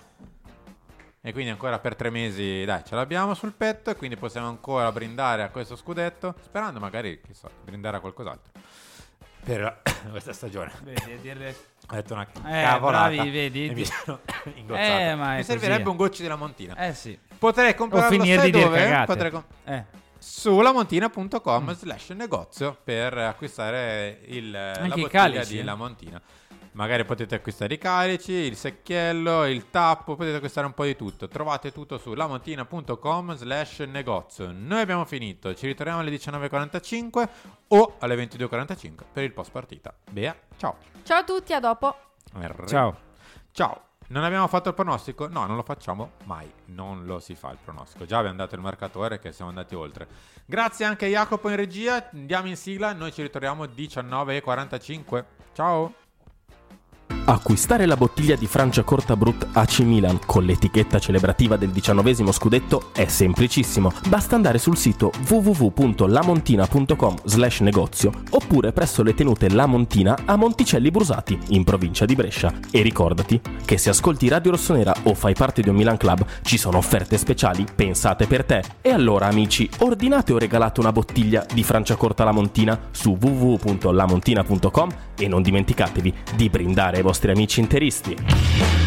e quindi ancora per tre mesi, dai, ce l'abbiamo sul petto e quindi possiamo ancora brindare a questo scudetto, sperando magari, chissà, brindare a qualcos'altro per questa stagione. Vedi, a dirle... Ho detto una Eh, cavolata bravi, vedi? e mi sono ingozzato. Eh, ma è mi servirebbe così. un goccio della Montina. Eh sì. Potrei O comprarlo, finire sai di dire dove? cagate. Potrei com- Eh. su lamontina punto com slash negozio per acquistare il, la i bottiglia calici, di eh? La Montina. Magari potete acquistare i calici, il secchiello, il tappo, potete acquistare un po' di tutto. Trovate tutto su lamontina punto com slash negozio. Noi abbiamo finito, ci ritorniamo alle diciannove e quarantacinque o alle ventidue e quarantacinque per il post partita. Bea, ciao. Ciao a tutti, a dopo. R- Ciao. Ciao. Non abbiamo fatto il pronostico? No, non lo facciamo mai. Non lo si fa il pronostico. Già abbiamo dato il marcatore che siamo andati oltre. Grazie anche a Jacopo in regia. Andiamo in sigla. Noi ci ritorniamo diciannove e quarantacinque. Ciao. Acquistare la bottiglia di Franciacorta Brut A C Milan con l'etichetta celebrativa del diciannovesimo scudetto è semplicissimo. Basta andare sul sito w w w punto lamontina punto com slash negozio oppure presso le tenute La Montina a Monticelli Brusati, in provincia di Brescia. E ricordati che se ascolti Radio Rossonera o fai parte di un Milan Club ci sono offerte speciali pensate per te. E allora amici, ordinate o regalate una bottiglia di Franciacorta La Montina su w w w punto lamontina punto com e non dimenticatevi di brindare ai vostri amici interisti.